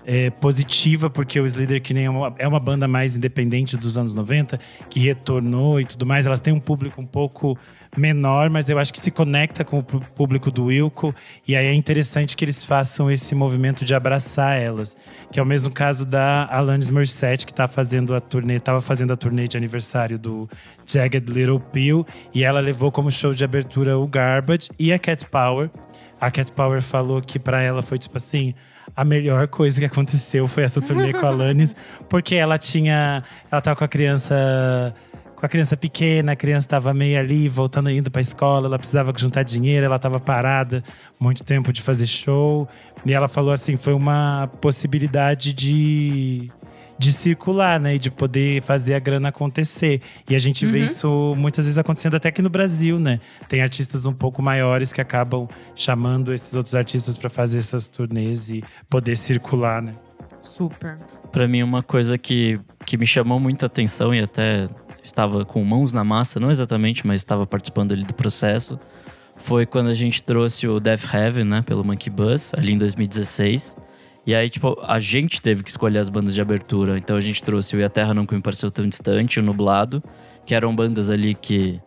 positiva, porque o Sleater-Kinney é uma banda mais independente dos anos 90, que retornou e tudo mais. Elas têm um público um pouco menor, mas eu acho que se conecta com o público do Wilco. E aí é interessante que eles façam esse movimento de abraçar elas. Que é o mesmo caso da Alanis Morissette, que estava fazendo a turnê de aniversário do Jagged Little Pill. E ela levou como show de abertura o Garbage e a Cat Power. A Cat Power falou que pra ela foi tipo assim… A melhor coisa que aconteceu foi essa turnê com a Alanis, porque ela tava com a criança pequena, a criança estava meio ali, indo pra escola, ela precisava juntar dinheiro, ela estava parada muito tempo de fazer show. E ela falou assim, foi uma possibilidade de circular, né? E de poder fazer a grana acontecer. E a gente vê isso muitas vezes acontecendo até aqui no Brasil, né? Tem artistas um pouco maiores que acabam chamando esses outros artistas para fazer essas turnês e poder circular, né? Super. Pra mim, uma coisa que me chamou muita atenção e até estava com mãos na massa, não exatamente, mas estava participando ali do processo, foi quando a gente trouxe o Death Heaven, né? Pelo Monkey Buzz, ali em 2016. E aí, tipo, a gente teve que escolher as bandas de abertura. Então a gente trouxe o E a Terra Nunca Me Pareceu Tão Distante, o Nublado, que eram bandas ali que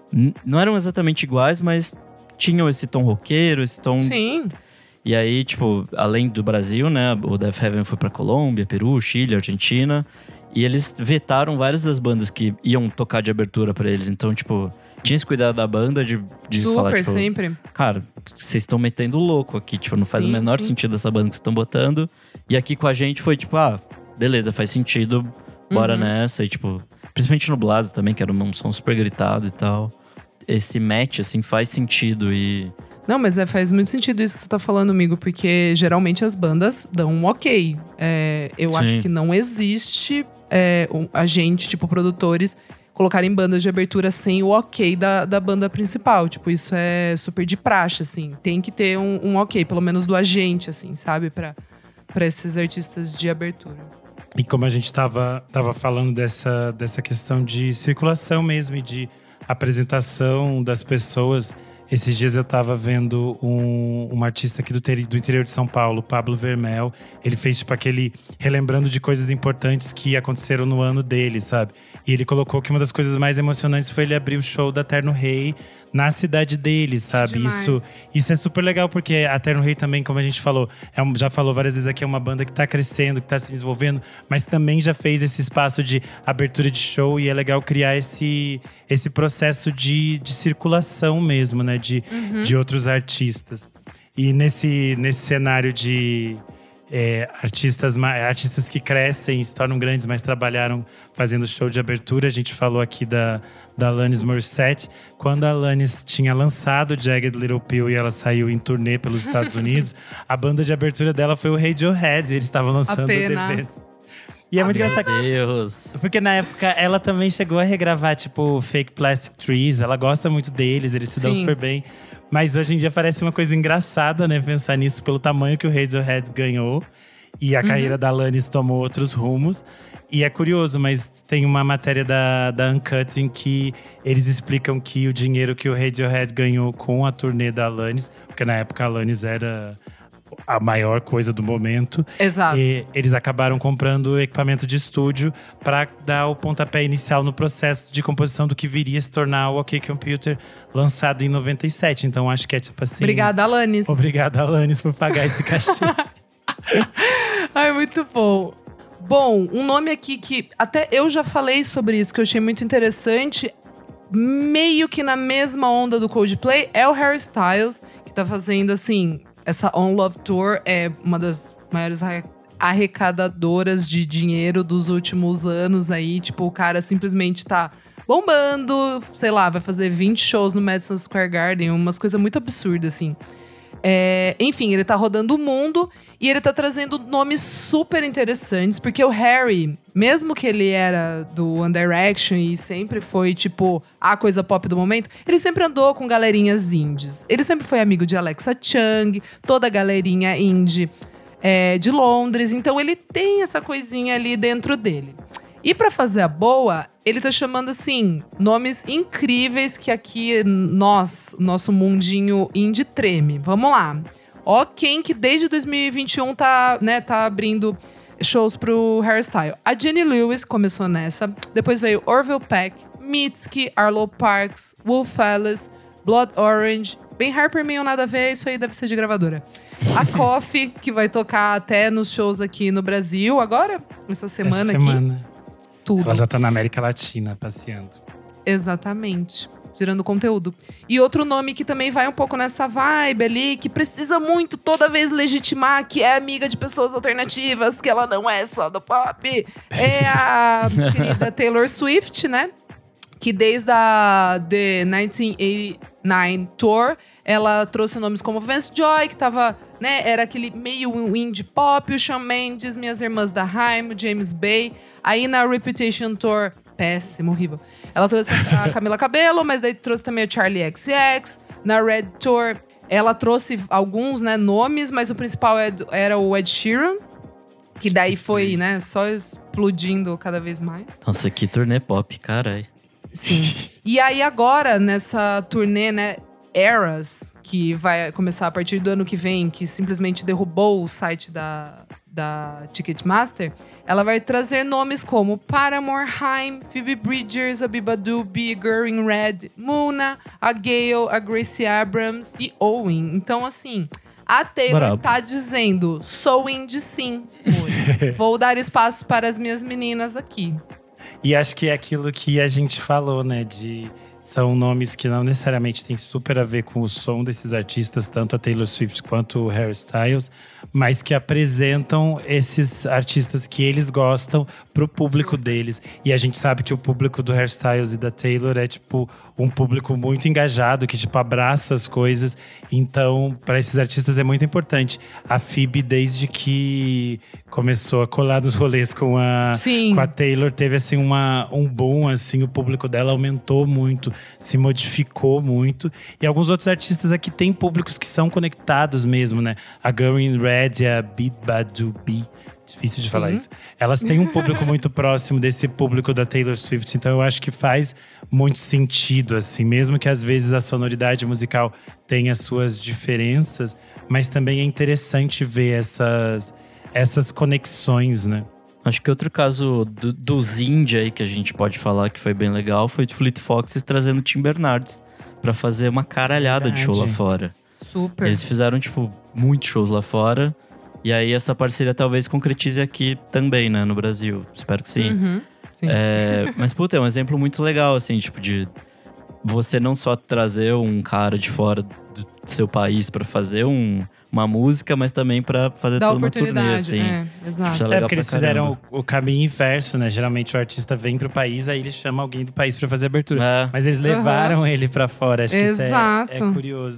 não eram exatamente iguais, mas tinham esse tom roqueiro, esse tom… Sim. E aí, tipo, além do Brasil, né, o Death Heaven foi pra Colômbia, Peru, Chile, Argentina. E eles vetaram várias das bandas que iam tocar de abertura pra eles. Então, tipo… Tinha esse cuidado da banda de super, falar, tipo… sempre. Cara, vocês estão metendo louco aqui. Tipo, não faz o menor sentido essa banda que vocês estão botando. E aqui com a gente foi tipo… beleza, faz sentido. Bora nessa. E tipo… Principalmente Nublado também, que era um som super gritado e tal. Esse match, assim, faz sentido e… Não, mas faz muito sentido isso que você tá falando, amigo. Porque geralmente as bandas dão um ok. Eu acho que não existe a gente, tipo, produtores… colocarem bandas de abertura sem o ok da banda principal. Tipo, isso é super de praxe, assim. Tem que ter um ok, pelo menos do agente, assim, sabe? Pra esses artistas de abertura. E como a gente tava falando dessa questão de circulação mesmo e de apresentação das pessoas… Esses dias eu tava vendo um artista aqui do interior de São Paulo, Pablo Vermel. Ele fez tipo aquele… relembrando de coisas importantes que aconteceram no ano dele, sabe? E ele colocou que uma das coisas mais emocionantes foi ele abrir o show da Terno Rei na cidade dele, sabe? Isso é super legal, porque a Terno Rei também, como a gente falou, já falou várias vezes aqui, é uma banda que tá crescendo, que tá se desenvolvendo, mas também já fez esse espaço de abertura de show, e é legal criar esse processo de circulação mesmo, né? De outros artistas. E nesse cenário de… artistas que crescem, se tornam grandes, mas trabalharam fazendo show de abertura. A gente falou aqui da Alanis Morissette. Quando a Alanis tinha lançado Jagged Little Pill e ela saiu em turnê pelos Estados Unidos, a banda de abertura dela foi o Radiohead. Eles estavam lançando o DVD. E é muito engraçado. Meu Deus. Porque na época ela também chegou a regravar, tipo, Fake Plastic Trees. Ela gosta muito deles, eles se dão Sim. super bem. Mas hoje em dia parece uma coisa engraçada, né? Pensar nisso pelo tamanho que o Radiohead ganhou. E a carreira da Alanis tomou outros rumos. E é curioso, mas tem uma matéria da Uncut em que eles explicam que o dinheiro que o Radiohead ganhou com a turnê da Alanis… Porque na época a Alanis era a maior coisa do momento. Exato. E eles acabaram comprando equipamento de estúdio para dar o pontapé inicial no processo de composição do que viria a se tornar o OK Computer, lançado em 97. Então acho que é tipo assim… Obrigada, Alanis. Obrigada, Alanis, por pagar esse cachê. Ai, muito bom. Bom, um nome aqui que até eu já falei sobre isso, que eu achei muito interessante, meio que na mesma onda do Coldplay, é o Harry Styles, que tá fazendo, assim, essa On Love Tour, é uma das maiores arrecadadoras de dinheiro dos últimos anos aí. Tipo, o cara simplesmente tá bombando, sei lá, vai fazer 20 shows no Madison Square Garden, umas coisas muito absurdas, assim. Enfim, ele tá rodando o mundo e ele tá trazendo nomes super interessantes, porque o Harry, mesmo que ele era do One Direction e sempre foi, tipo, a coisa pop do momento, ele sempre andou com galerinhas indies. Ele sempre foi amigo de Alexa Chung, toda a galerinha indie de Londres, então ele tem essa coisinha ali dentro dele. E pra fazer a boa, ele tá chamando, assim, nomes incríveis que aqui nosso mundinho indie treme. Vamos lá. Ó quem que desde 2021 tá abrindo shows pro hairstyle. A Jenny Lewis começou nessa. Depois veio Orville Peck, Mitski, Arlo Parks, Wolf Alice, Blood Orange. Bem Harper meio nada a ver, isso aí deve ser de gravadora. A Coffee, que vai tocar até nos shows aqui no Brasil. Agora, essa semana aqui. Tudo. Ela já tá na América Latina, passeando. Exatamente. Gerando conteúdo. E outro nome que também vai um pouco nessa vibe ali, que precisa muito toda vez legitimar que é amiga de pessoas alternativas, que ela não é só do pop, é a querida Taylor Swift, né? Que desde a The 1989 Tour, ela trouxe nomes como Vance Joy, que tava, né, era aquele meio indie pop, o Shawn Mendes, Minhas Irmãs da Haim, o James Bay. Aí na Reputation Tour, péssimo, horrível. Ela trouxe a Camila Cabello, mas daí trouxe também o Charli XCX. Na Red Tour, ela trouxe alguns, né, nomes, mas o principal era o Ed Sheeran. Que daí foi, né, só explodindo cada vez mais. Nossa, que turnê pop, caralho. Sim. E aí agora, nessa turnê, né, Eras, que vai começar a partir do ano que vem, que simplesmente derrubou o site da Ticketmaster, ela vai trazer nomes como Paramore, Haim, Phoebe Bridgers, a Bibadu, Big Girl in Red, Muna, a Gayle, a Gracie Abrams e Owen. Então, assim, a Taylor tá dizendo, sou indie sim, pois. Vou dar espaço para as minhas meninas aqui. E acho que é aquilo que a gente falou, né? São nomes que não necessariamente têm super a ver com o som desses artistas, tanto a Taylor Swift quanto o Harry Styles, mas que apresentam esses artistas que eles gostam pro público deles. E a gente sabe que o público do Harry Styles e da Taylor é, tipo, um público muito engajado, que, tipo, abraça as coisas. Então, para esses artistas é muito importante. A Phoebe, desde que começou a colar nos rolês com a Taylor, teve, assim, um boom, assim, o público dela aumentou muito, se modificou muito. E alguns outros artistas aqui têm públicos que são conectados mesmo, né? A Girl in Red e a Bibadu B. Difícil de falar isso. Elas têm um público muito próximo desse público da Taylor Swift. Então eu acho que faz muito sentido, assim. Mesmo que às vezes a sonoridade musical tenha suas diferenças. Mas também é interessante ver essas conexões, né? Acho que outro caso dos indie aí que a gente pode falar que foi bem legal foi o Fleet Foxes trazendo o Tim Bernardes pra fazer uma caralhada de show lá fora. Super. Eles fizeram, tipo, muitos shows lá fora. E aí essa parceria talvez concretize aqui também, né, no Brasil. Espero que sim. Uhum, sim. Mas, puta, é um exemplo muito legal, assim, tipo, de você não só trazer um cara de fora do seu país pra fazer uma música, mas também pra fazer toda uma turnê, assim. Exato. Tipo, é porque eles fizeram o caminho inverso, né? Geralmente o artista vem pro país, aí ele chama alguém do país pra fazer a abertura. Mas eles levaram ele pra fora, acho que isso é curioso.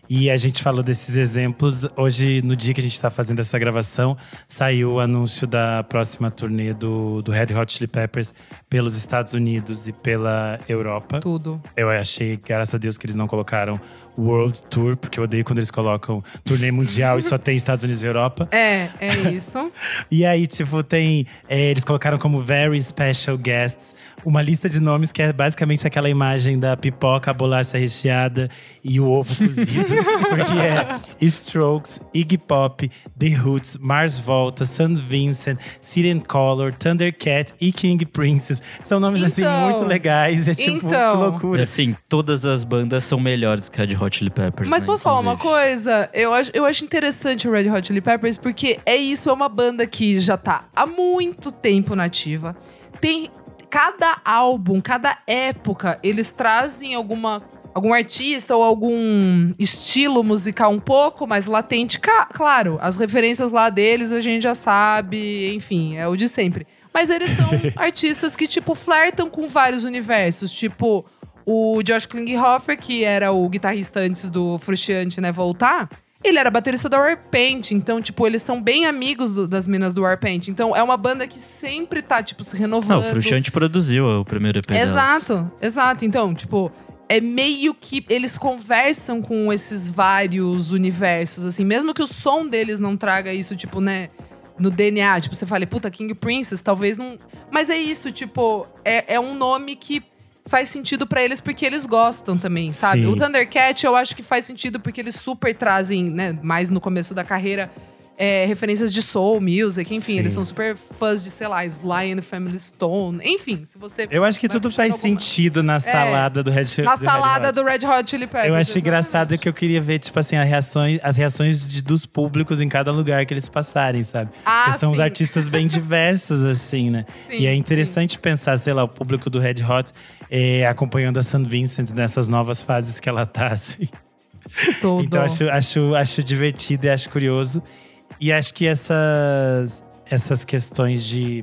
E a gente falou desses exemplos. Hoje, no dia que a gente tá fazendo essa gravação, saiu o anúncio da próxima turnê do Red Hot Chili Peppers pelos Estados Unidos e pela Europa. Tudo. Eu achei, graças a Deus, que eles não colocaram World Tour, porque eu odeio quando eles colocam turnê mundial e só tem Estados Unidos e Europa. É isso. E aí, tipo, eles colocaram como Very Special Guests uma lista de nomes que é basicamente aquela imagem da pipoca, a bolacha recheada e o ovo cozido. Porque é Strokes, Iggy Pop, The Roots, Mars Volta, St. Vincent, City and Color, Thundercat e King Princess. São nomes, assim, muito legais. É tipo, que loucura. E assim, todas as bandas são melhores que Red Hot Chili Peppers. Mas né, posso falar uma coisa? Eu acho interessante o Red Hot Chili Peppers, porque é uma banda que já tá há muito tempo nativa. Tem cada álbum, cada época, eles trazem algum artista ou algum estilo musical um pouco mais latente. Claro, as referências lá deles a gente já sabe, enfim, é o de sempre. Mas eles são artistas que, tipo, flertam com vários universos. Tipo, o Josh Klinghoffer, que era o guitarrista antes do Frusciante, né, voltar… Ele era baterista da Warpaint, então, tipo, eles são bem amigos das minas do Warpaint. Então, é uma banda que sempre tá, tipo, se renovando. Não, o Frusciante produziu o primeiro EP Exato. Então, tipo, é meio que eles conversam com esses vários universos, assim. Mesmo que o som deles não traga isso, tipo, né, no DNA. Tipo, você fala, puta, King Princess, talvez não… Mas é isso, tipo, é um nome que… faz sentido pra eles porque eles gostam também, sabe? Sim. O Thundercat eu acho que faz sentido porque eles super trazem, né, mais no começo da carreira, referências de soul music, enfim, Sim. eles são super fãs de, sei lá, Sly and the Family Stone, enfim, se você… Eu acho que tudo faz sentido na salada do Red Hot. Na salada do Red Hot Chili Peppers. Eu acho exatamente. engraçado que eu queria ver, tipo assim, as reações dos públicos em cada lugar que eles passarem, sabe? Porque são os artistas bem diversos, assim, né? Sim, e é interessante pensar, sei lá, o público do Red Hot acompanhando a St. Vincent nessas novas fases que ela tá, assim. Tudo. Então acho divertido e acho curioso. E acho que essas questões de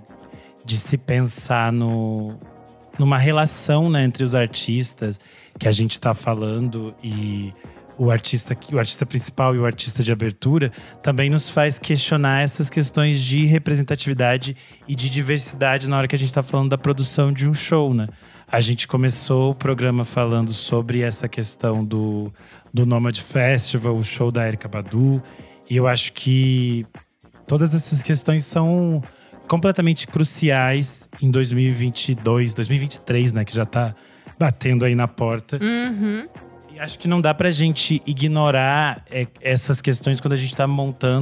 se pensar numa relação, né, entre os artistas que a gente tá falando e o artista principal e o artista de abertura também nos faz questionar essas questões de representatividade e de diversidade na hora que a gente tá falando da produção de um show, né? A gente começou o programa falando sobre essa questão do Nomad Festival, o show da Erykah Badu. E eu acho que todas essas questões são completamente cruciais em 2022, 2023, né? Que já tá batendo aí na porta. Uhum. E acho que não dá pra gente ignorar essas questões quando a gente tá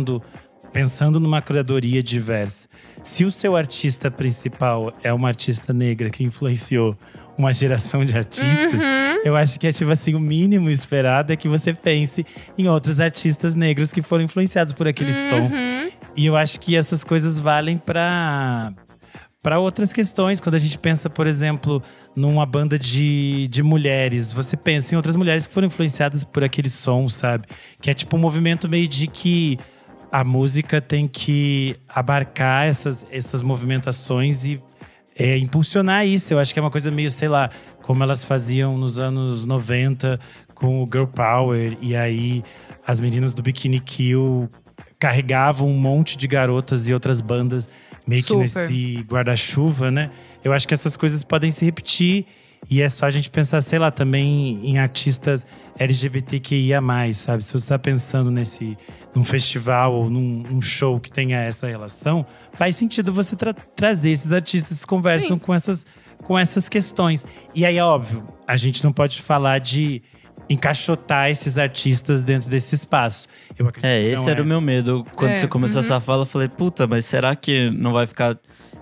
pensando numa curadoria diversa. Se o seu artista principal é uma artista negra que influenciou uma geração de artistas, eu acho que tipo assim, o mínimo esperado é que você pense em outros artistas negros que foram influenciados por aquele som. E eu acho que essas coisas valem para outras questões. Quando a gente pensa, por exemplo, numa banda de mulheres, você pensa em outras mulheres que foram influenciadas por aquele som, sabe? Que é tipo um movimento meio de que a música tem que abarcar essas movimentações e impulsionar isso. Eu acho que é uma coisa meio, sei lá, como elas faziam nos anos 90 com o Girl Power. E aí as meninas do Bikini Kill carregavam um monte de garotas e outras bandas meio que nesse guarda-chuva, né? Eu acho que essas coisas podem se repetir. E é só a gente pensar, sei lá, também em artistas LGBTQIA+, sabe? Se você tá pensando num festival ou num show que tenha essa relação, faz sentido você trazer esses artistas que conversam com essas questões. E aí, óbvio, a gente não pode falar de encaixotar esses artistas dentro desse espaço. Eu acredito que esse era o meu medo. Quando você começou essa fala, eu falei, puta, mas será que não vai ficar…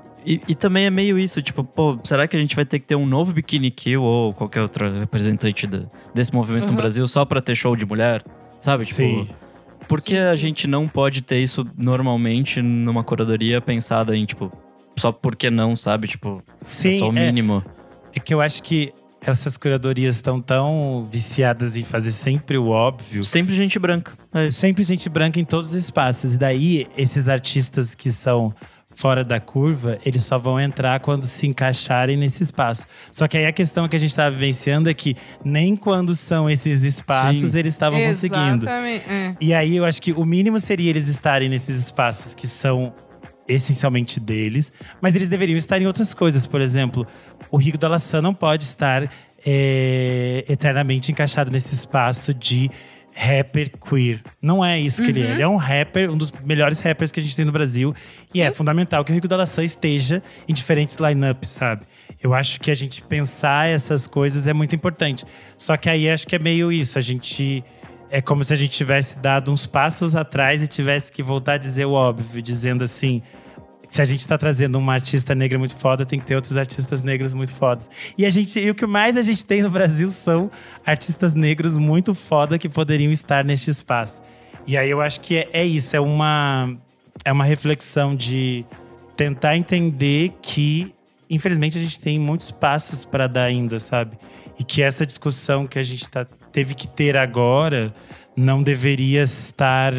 E também é meio isso, tipo, pô, será que a gente vai ter que ter um novo Bikini Kill ou qualquer outro representante desse movimento no Brasil só pra ter show de mulher? Sabe, tipo… Sim. Por que a gente não pode ter isso normalmente numa curadoria pensada em, tipo… Só porque não, sabe? Tipo, sim, é só o mínimo. É que eu acho que essas curadorias estão tão viciadas em fazer sempre o óbvio. Sempre gente branca. Sempre gente branca em todos os espaços. E daí, esses artistas que são fora da curva, eles só vão entrar quando se encaixarem nesse espaço. Só que aí a questão que a gente estava vivenciando é que nem quando são esses espaços eles estavam conseguindo. Exatamente. E aí eu acho que o mínimo seria eles estarem nesses espaços que são essencialmente deles, mas eles deveriam estar em outras coisas. Por exemplo, o Rico da Laçã não pode estar eternamente encaixado nesse espaço de rapper queer. Não é isso que ele é. Ele é um rapper, um dos melhores rappers que a gente tem no Brasil. E é fundamental que o Rico da Laçã esteja em diferentes lineups, sabe? Eu acho que a gente pensar essas coisas é muito importante. Só que aí acho que é meio isso. É como se a gente tivesse dado uns passos atrás e tivesse que voltar a dizer o óbvio. Dizendo assim, se a gente tá trazendo uma artista negra muito foda, tem que ter outros artistas negros muito fodas. E o que mais a gente tem no Brasil são artistas negros muito foda que poderiam estar neste espaço. E aí eu acho que é isso, é uma reflexão de tentar entender que, infelizmente, a gente tem muitos passos para dar ainda, sabe? E que essa discussão que a gente teve que ter agora não deveria estar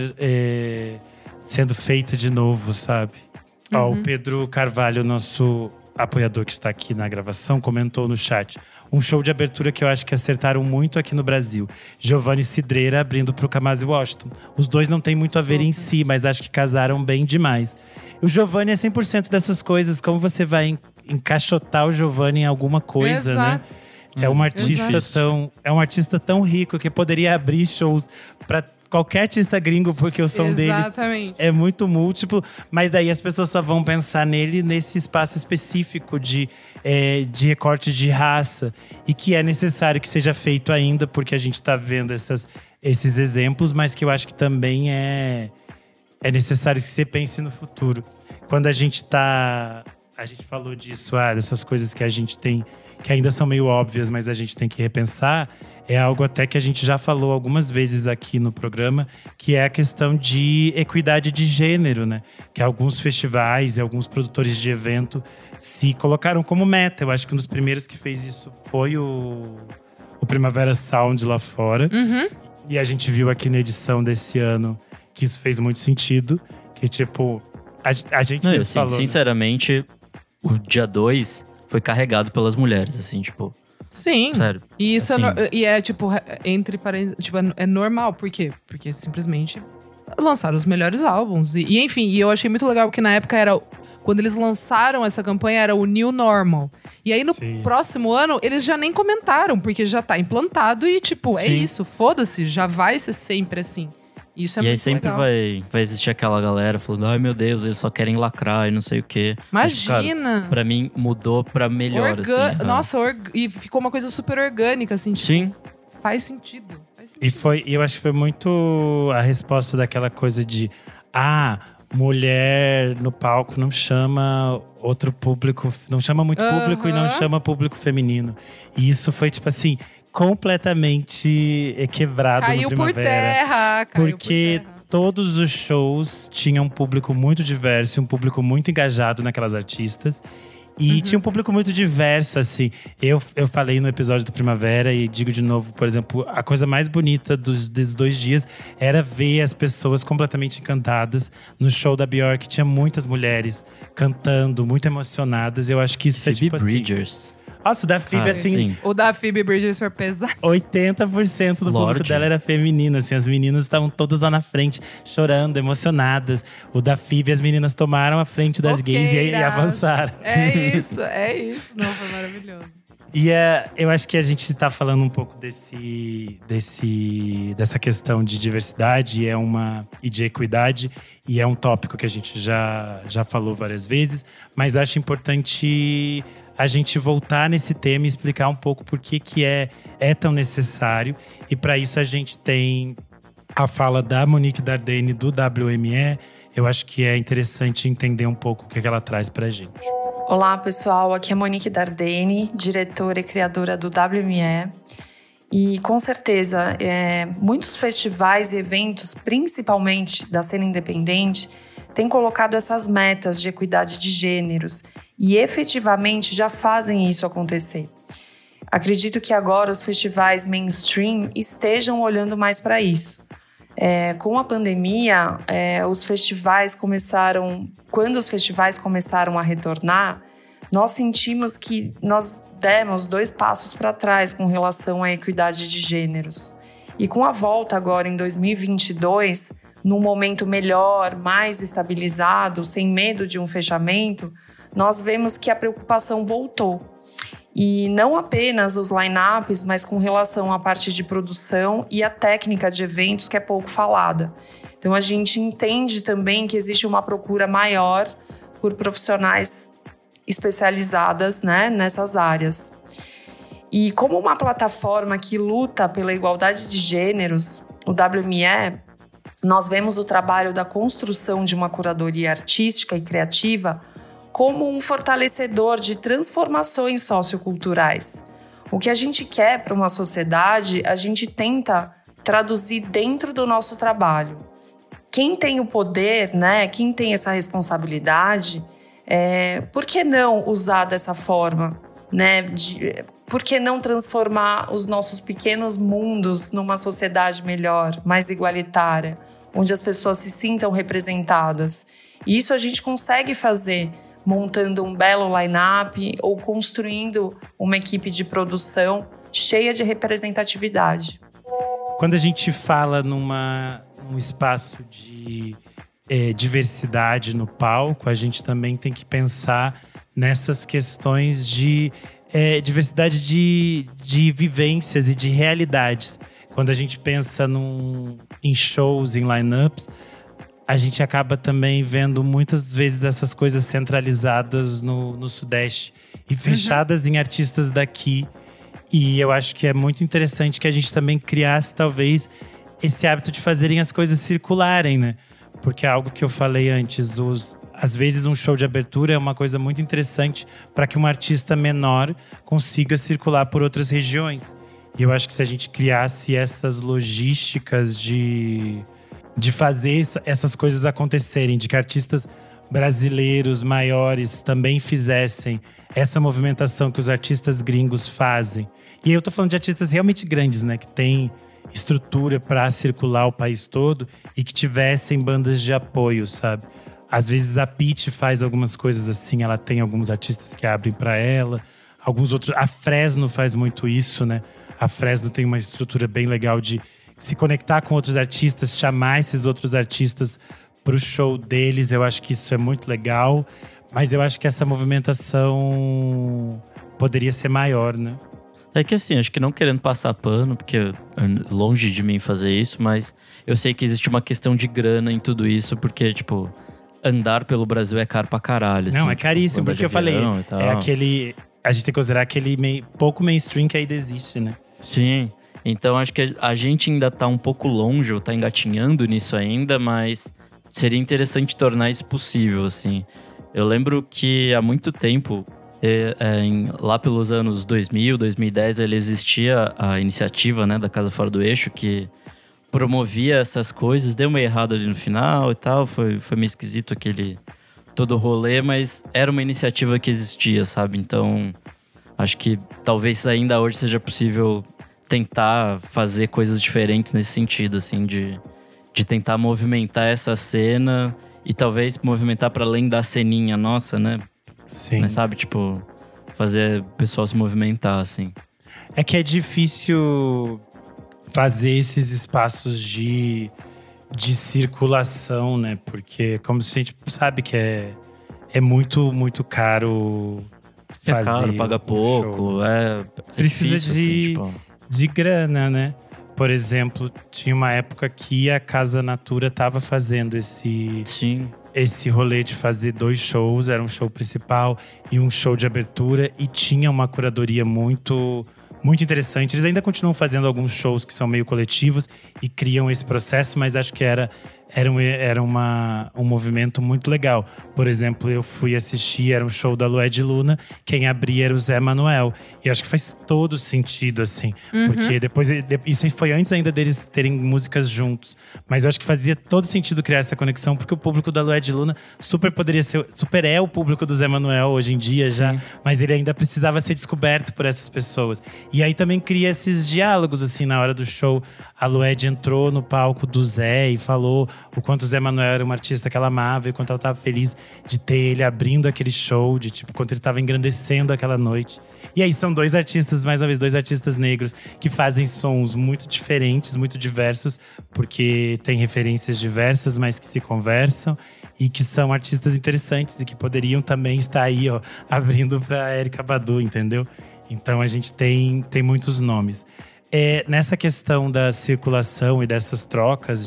sendo feita de novo, sabe? Ó, o Pedro Carvalho, nosso apoiador que está aqui na gravação, comentou no chat. Um show de abertura que eu acho que acertaram muito aqui no Brasil. Giovanni Cidreira abrindo pro Kamasi Washington. Os dois não têm muito a ver em si, mas acho que casaram bem demais. O Giovanni é 100% dessas coisas. Como você vai encaixotar o Giovanni em alguma coisa, né? É um artista tão rico que poderia abrir shows para qualquer artista gringo, porque o som dele é muito múltiplo. Mas daí as pessoas só vão pensar nele nesse espaço específico de recorte de raça. E que é necessário que seja feito ainda, porque a gente está vendo esses exemplos. Mas que eu acho que também é necessário que você pense no futuro. Quando a gente falou disso, dessas coisas que a gente tem, que ainda são meio óbvias, mas a gente tem que repensar. É algo até que a gente já falou algumas vezes aqui no programa, que é a questão de equidade de gênero, né? Que alguns festivais e alguns produtores de evento se colocaram como meta. Eu acho que um dos primeiros que fez isso foi o Primavera Sound lá fora. E a gente viu aqui na edição desse ano que isso fez muito sentido. Que tipo, a gente assim, falou… Sinceramente, né? O dia 2 foi carregado pelas mulheres, assim, tipo… Sim. Sério. E isso assim, tipo, entre parênteses, tipo, é normal. Por quê? Porque simplesmente lançaram os melhores álbuns. E enfim, eu achei muito legal que na época quando eles lançaram essa campanha, era o New Normal. E aí no próximo ano, eles já nem comentaram, porque já tá implantado e tipo, é isso, foda-se, já vai ser sempre assim. Isso é muito legal. E aí sempre vai existir aquela galera falando, ai meu Deus, eles só querem lacrar e não sei o quê. Imagina! Mas, cara, pra mim, mudou pra melhor, assim. Nossa, e ficou uma coisa super orgânica, assim. Sim. Tipo, faz sentido. E eu acho que foi muito a resposta daquela coisa de… mulher no palco não chama outro público… Não chama muito público e não chama público feminino. E isso foi, tipo assim… completamente quebrado no Primavera. Porque todos os shows tinham um público muito diverso, um público muito engajado naquelas artistas. E tinha um público muito diverso, assim. Eu falei no episódio do Primavera e digo de novo, por exemplo, a coisa mais bonita dos 2 dias era ver as pessoas completamente encantadas. No show da Bjork tinha muitas mulheres cantando, muito emocionadas. Eu acho que isso é tipo Bridgers. Nossa, o da Phoebe, assim… O da Phoebe Bridgers foi pesado. 80% do público dela era feminino, assim. As meninas estavam todas lá na frente, chorando, emocionadas. O da Phoebe, as meninas tomaram a frente das gays e avançaram. É isso. Não, foi maravilhoso. E eu acho que a gente tá falando um pouco dessa questão de diversidade e de equidade. E é um tópico que a gente já falou várias vezes. Mas acho importante a gente voltar nesse tema e explicar um pouco por que é tão necessário. E para isso a gente tem a fala da Monique Dardenne, do WME. Eu acho que é interessante entender um pouco o que ela traz pra gente. Olá, pessoal. Aqui é Monique Dardenne, diretora e criadora do WME. E, com certeza, muitos festivais e eventos, principalmente da cena independente, têm colocado essas metas de equidade de gêneros e efetivamente já fazem isso acontecer. Acredito que agora os festivais mainstream estejam olhando mais para isso. Com a pandemia, quando os festivais começaram a retornar, nós sentimos que nós demos 2 passos para trás com relação à equidade de gêneros. E com a volta agora em 2022, num momento melhor, mais estabilizado, sem medo de um fechamento, nós vemos que a preocupação voltou. E não apenas os line-ups, mas com relação à parte de produção e a técnica de eventos, que é pouco falada. Então, a gente entende também que existe uma procura maior por profissionais especializadas, né, nessas áreas. E como uma plataforma que luta pela igualdade de gêneros, o WME, nós vemos o trabalho da construção de uma curadoria artística e criativa como um fortalecedor de transformações socioculturais. O que a gente quer para uma sociedade, a gente tenta traduzir dentro do nosso trabalho. Quem tem o poder, né, quem tem essa responsabilidade, por que não usar dessa forma? Né? Por que não transformar os nossos pequenos mundos numa sociedade melhor, mais igualitária, onde as pessoas se sintam representadas? E isso a gente consegue fazer montando um belo line-up ou construindo uma equipe de produção cheia de representatividade. Quando a gente fala num espaço de diversidade no palco, a gente também tem que pensar nessas questões de diversidade de vivências e de realidades. Quando a gente pensa em shows, em line-ups, a gente acaba também vendo muitas vezes essas coisas centralizadas no Sudeste e fechadas em artistas daqui. E eu acho que é muito interessante que a gente também criasse, talvez, esse hábito de fazerem as coisas circularem, né? Porque é algo que eu falei antes, às vezes um show de abertura é uma coisa muito interessante para que um artista menor consiga circular por outras regiões. E eu acho que se a gente criasse essas logísticas de fazer essas coisas acontecerem, de que artistas brasileiros maiores também fizessem essa movimentação que os artistas gringos fazem. E aí eu tô falando de artistas realmente grandes, né? Que tem estrutura para circular o país todo e que tivessem bandas de apoio, sabe? Às vezes a Pitty faz algumas coisas assim, ela tem alguns artistas que abrem para ela, alguns outros… A Fresno faz muito isso, né? A Fresno tem uma estrutura bem legal de se conectar com outros artistas, chamar esses outros artistas pro show deles. Eu acho que isso é muito legal, mas eu acho que essa movimentação poderia ser maior, né? É que assim, acho que não querendo passar pano, porque longe de mim fazer isso, mas eu sei que existe uma questão de grana em tudo isso, porque, tipo, andar pelo Brasil é caro pra caralho. Não, assim, é caríssimo, por isso que eu falei. É aquele… A gente tem que considerar aquele pouco mainstream que ainda existe, né? Sim. Então, acho que a gente ainda tá um pouco longe, ou tá engatinhando nisso ainda, mas seria interessante tornar isso possível, assim. Eu lembro que há muito tempo… lá pelos anos 2000, 2010, ele existia a iniciativa, né, da Casa Fora do Eixo, que promovia essas coisas. Deu meio errado ali no final e tal, foi meio esquisito todo o rolê, mas era uma iniciativa que existia, sabe? Então, acho que talvez ainda hoje seja possível tentar fazer coisas diferentes nesse sentido, assim, de tentar movimentar essa cena e talvez movimentar para além da ceninha nossa, né? Sim. Mas sabe, tipo, fazer o pessoal se movimentar, assim. É que é difícil fazer esses espaços de circulação, né? Porque como a gente sabe que é muito, muito caro fazer. É caro, paga pouco, show. Precisa difícil, de grana, né? Por exemplo, tinha uma época que a Casa Natura estava fazendo esse rolê de fazer 2 shows. Era um show principal e um show de abertura. E tinha uma curadoria muito, muito interessante. Eles ainda continuam fazendo alguns shows que são meio coletivos e criam esse processo, mas acho que era um movimento muito legal. Por exemplo, eu fui assistir, era um show da Lued Luna, quem abria era o Zé Manuel. E acho que faz todo sentido, assim. Porque depois, isso foi antes ainda deles terem músicas juntos. Mas eu acho que fazia todo sentido criar essa conexão, porque o público da Lued Luna super é o público do Zé Manuel hoje em dia. Sim. Já. Mas ele ainda precisava ser descoberto por essas pessoas. E aí também cria esses diálogos, assim, na hora do show. A Lued entrou no palco do Zé e falou o quanto o Zé Manuel era um artista que ela amava e quanto ela estava feliz de ter ele abrindo aquele show, de tipo, quanto ele estava engrandecendo aquela noite. E aí são dois artistas, mais uma vez, dois artistas negros que fazem sons muito diferentes, muito diversos, porque tem referências diversas, mas que se conversam. E que são artistas interessantes e que poderiam também estar aí, ó, abrindo para Erykah Badu, entendeu? Então a gente tem muitos nomes. Nessa questão da circulação e dessas trocas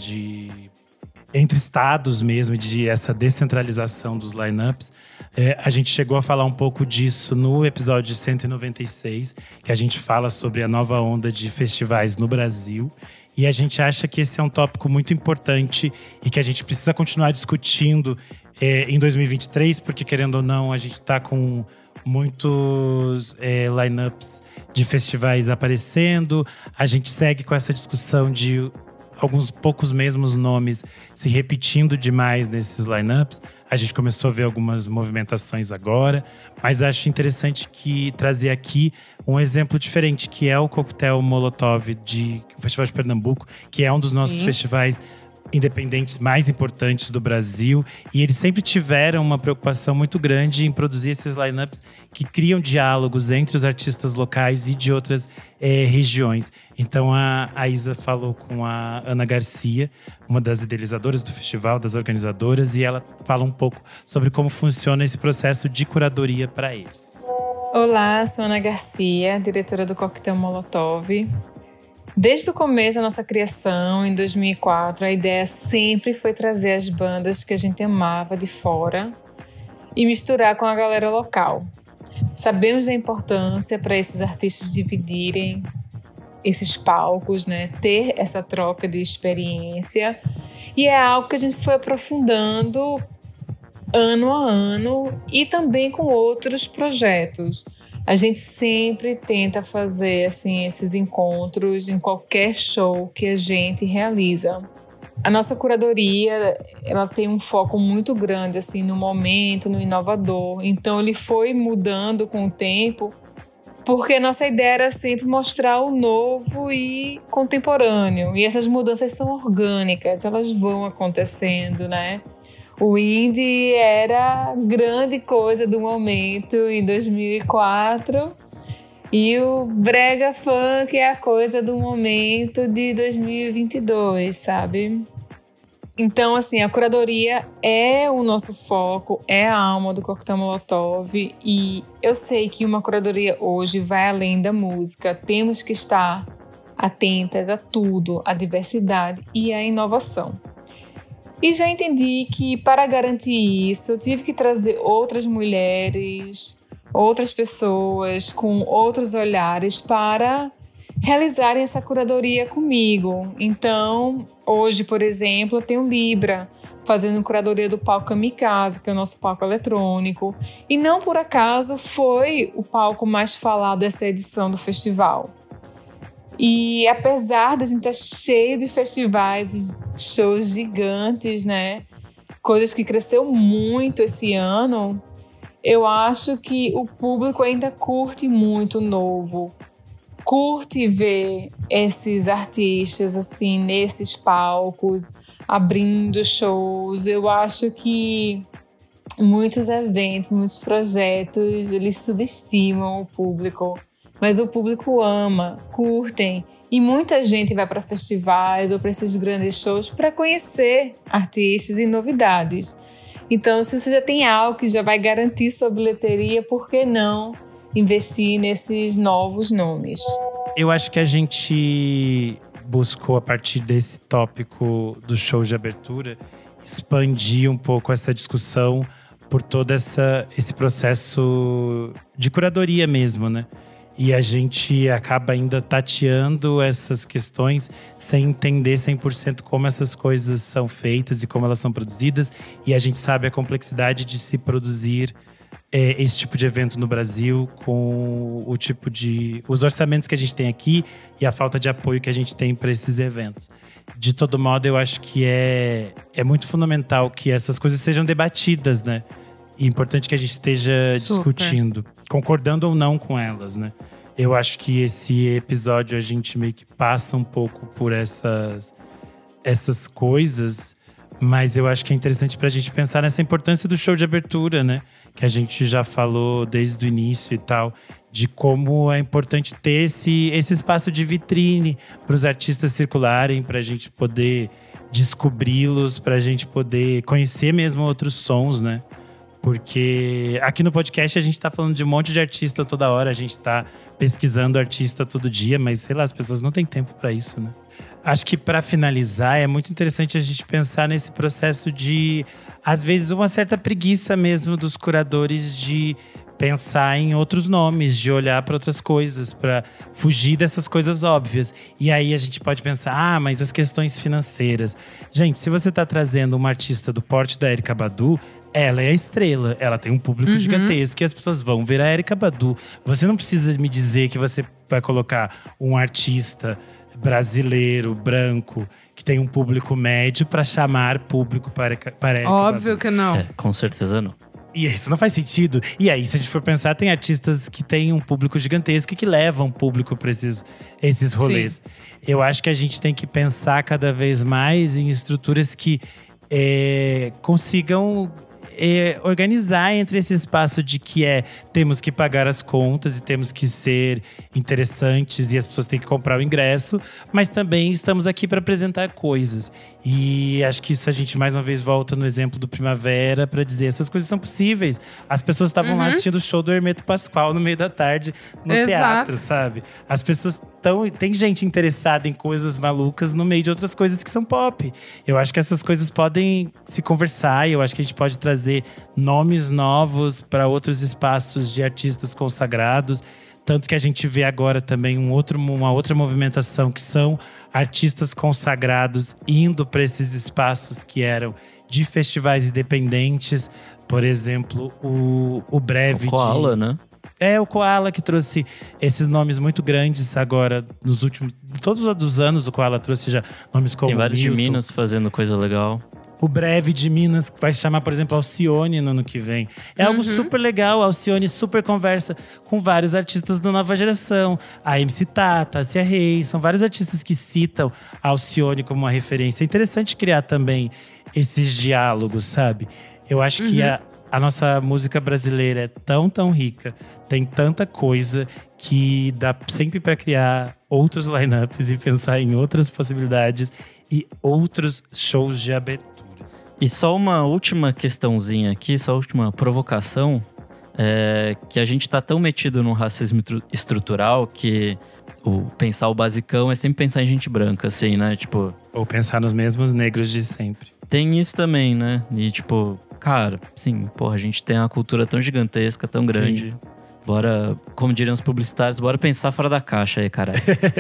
entre estados mesmo, de essa descentralização dos lineups, a gente chegou a falar um pouco disso no episódio 196, que a gente fala sobre a nova onda de festivais no Brasil. E a gente acha que esse é um tópico muito importante e que a gente precisa continuar discutindo em 2023, porque, querendo ou não, a gente está com muitos lineups de festivais aparecendo. A gente segue com essa discussão de alguns poucos mesmos nomes se repetindo demais nesses lineups. A gente começou a ver algumas movimentações agora, mas acho interessante trazer aqui um exemplo diferente, que é o Coquetel Molotov do Festival de Pernambuco, que é um dos nossos festivais independentes mais importantes do Brasil. E eles sempre tiveram uma preocupação muito grande em produzir esses lineups que criam diálogos entre os artistas locais e de outras regiões. Então a Isa falou com a Ana Garcia, uma das idealizadoras do festival, das organizadoras, e ela fala um pouco sobre como funciona esse processo de curadoria para eles. Olá, sou Ana Garcia, diretora do Coquetel Molotov. Desde o começo da nossa criação, em 2004, a ideia sempre foi trazer as bandas que a gente amava de fora e misturar com a galera local. Sabemos da importância para esses artistas dividirem esses palcos, né? Ter essa troca de experiência. E é algo que a gente foi aprofundando ano a ano e também com outros projetos. A gente sempre tenta fazer assim, esses encontros em qualquer show que a gente realiza. A nossa curadoria, ela tem um foco muito grande assim, no momento, no inovador. Então ele foi mudando com o tempo, porque a nossa ideia era sempre mostrar o novo e contemporâneo. E essas mudanças são orgânicas, elas vão acontecendo, né? O indie era a grande coisa do momento em 2004 e o brega funk é a coisa do momento de 2022, sabe? Então, assim, a curadoria é o nosso foco, é a alma do Coquetel Molotov e eu sei que uma curadoria hoje vai além da música. Temos que estar atentas a tudo, à diversidade e à inovação. E já entendi que, para garantir isso, eu tive que trazer outras mulheres, outras pessoas com outros olhares para realizarem essa curadoria comigo. Então, hoje, por exemplo, eu tenho Libra fazendo curadoria do palco Kamikaze, que é o nosso palco eletrônico. E não por acaso foi o palco mais falado dessa edição do festival. E apesar da gente estar cheio de festivais e shows gigantes, né? Coisas que cresceu muito esse ano, eu acho que o público ainda curte muito o novo. Curte ver esses artistas assim, nesses palcos, abrindo shows. Eu acho que muitos eventos, muitos projetos, eles subestimam o público. Mas o público ama, curtem. E muita gente vai para festivais ou para esses grandes shows para conhecer artistas e novidades. Então, se você já tem algo que já vai garantir sua bilheteria, por que não investir nesses novos nomes? Eu acho que a gente buscou, a partir desse tópico do show de abertura, expandir um pouco essa discussão por todo esse processo de curadoria mesmo, né? E a gente acaba ainda tateando essas questões sem entender 100% como essas coisas são feitas e como elas são produzidas. E a gente sabe a complexidade de se produzir esse tipo de evento no Brasil, com os orçamentos que a gente tem aqui e a falta de apoio que a gente tem para esses eventos. De todo modo, eu acho que é muito fundamental que essas coisas sejam debatidas, né? E é importante que a gente esteja discutindo, concordando ou não com elas, né? Eu acho que esse episódio a gente meio que passa um pouco por essas coisas, mas eu acho que é interessante pra gente pensar nessa importância do show de abertura, né? Que a gente já falou desde o início e tal, de como é importante ter esse espaço de vitrine para os artistas circularem, pra gente poder descobri-los, pra gente poder conhecer mesmo outros sons, né? Porque aqui no podcast a gente tá falando de um monte de artista toda hora, a gente tá pesquisando artista todo dia, mas sei lá, as pessoas não têm tempo para isso, né? Acho que para finalizar, é muito interessante a gente pensar nesse processo de, às vezes, uma certa preguiça mesmo dos curadores de pensar em outros nomes, de olhar para outras coisas, para fugir dessas coisas óbvias. E aí a gente pode pensar, mas as questões financeiras. Gente, se você tá trazendo uma artista do porte da Erykah Badu, ela é a estrela, ela tem um público gigantesco e as pessoas vão ver a Erykah Badu. Você não precisa me dizer que você vai colocar um artista brasileiro, branco, que tem um público médio para chamar público para Erykah Óbvio Badu. que não. Com certeza não. E isso não faz sentido. E aí, se a gente for pensar, tem artistas que têm um público gigantesco e que levam público para esses rolês. Sim. Eu acho que a gente tem que pensar cada vez mais em estruturas que consigam organizar entre esse espaço de que temos que pagar as contas e temos que ser interessantes e as pessoas têm que comprar o ingresso, mas também estamos aqui para apresentar coisas. E acho que isso a gente mais uma vez volta no exemplo do Primavera para dizer essas coisas são possíveis. As pessoas estavam lá assistindo o show do Hermeto Pascoal no meio da tarde no teatro, sabe? As pessoas tem gente interessada em coisas malucas no meio de outras coisas que são pop. Eu acho que essas coisas podem se conversar e eu acho que a gente pode trazer nomes novos para outros espaços de artistas consagrados. Tanto que a gente vê agora também uma outra movimentação, que são artistas consagrados indo para esses espaços que eram de festivais independentes. Por exemplo, o Breve. O Koala, né? O Koala que trouxe esses nomes muito grandes agora, nos últimos… Todos os anos o Koala trouxe já nomes como… Tem vários Milton, de Minas fazendo coisa legal. O Breve de Minas, que vai chamar, por exemplo, Alcione no ano que vem. É algo super legal. A Alcione super conversa com vários artistas da nova geração. A MC Tata, a Cia Reis. São vários artistas que citam a Alcione como uma referência. É interessante criar também esses diálogos, sabe? Eu acho que a nossa música brasileira é tão rica. Tem tanta coisa que dá sempre para criar outros lineups e pensar em outras possibilidades e outros shows de abertura. E só uma última questãozinha aqui, só uma última provocação. Que a gente tá tão metido no racismo estrutural que pensar o basicão é sempre pensar em gente branca, assim, né? Tipo… Ou pensar nos mesmos negros de sempre. Tem isso também, né? E tipo, cara, sim, porra, a gente tem uma cultura tão gigantesca, tão grande. Sim. Bora, como diriam os publicitários, bora pensar fora da caixa aí, caralho.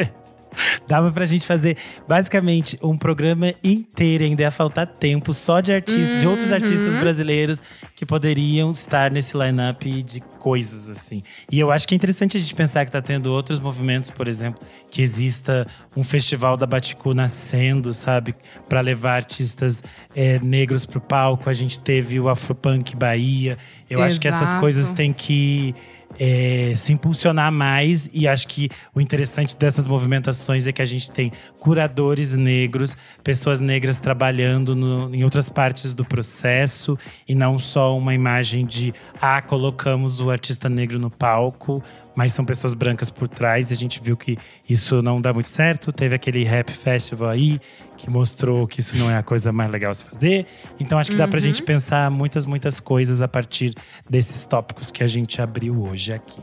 Dava pra gente fazer, basicamente, um programa inteiro. Ainda ia faltar tempo só de de outros artistas brasileiros que poderiam estar nesse line-up de coisas, assim. E eu acho que é interessante a gente pensar que tá tendo outros movimentos, por exemplo, que exista um festival da Baticu nascendo, sabe? Pra levar artistas negros pro palco. A gente teve o Afropunk Bahia. Eu acho que essas coisas têm que… se impulsionar mais, e acho que o interessante dessas movimentações é que a gente tem curadores negros, pessoas negras trabalhando em outras partes do processo e não só uma imagem de colocamos o artista negro no palco, mas são pessoas brancas por trás, e a gente viu que isso não dá muito certo. Teve aquele Rap Festival aí que mostrou que isso não é a coisa mais legal a se fazer. Então acho que dá pra gente pensar muitas coisas a partir desses tópicos que a gente abriu hoje aqui.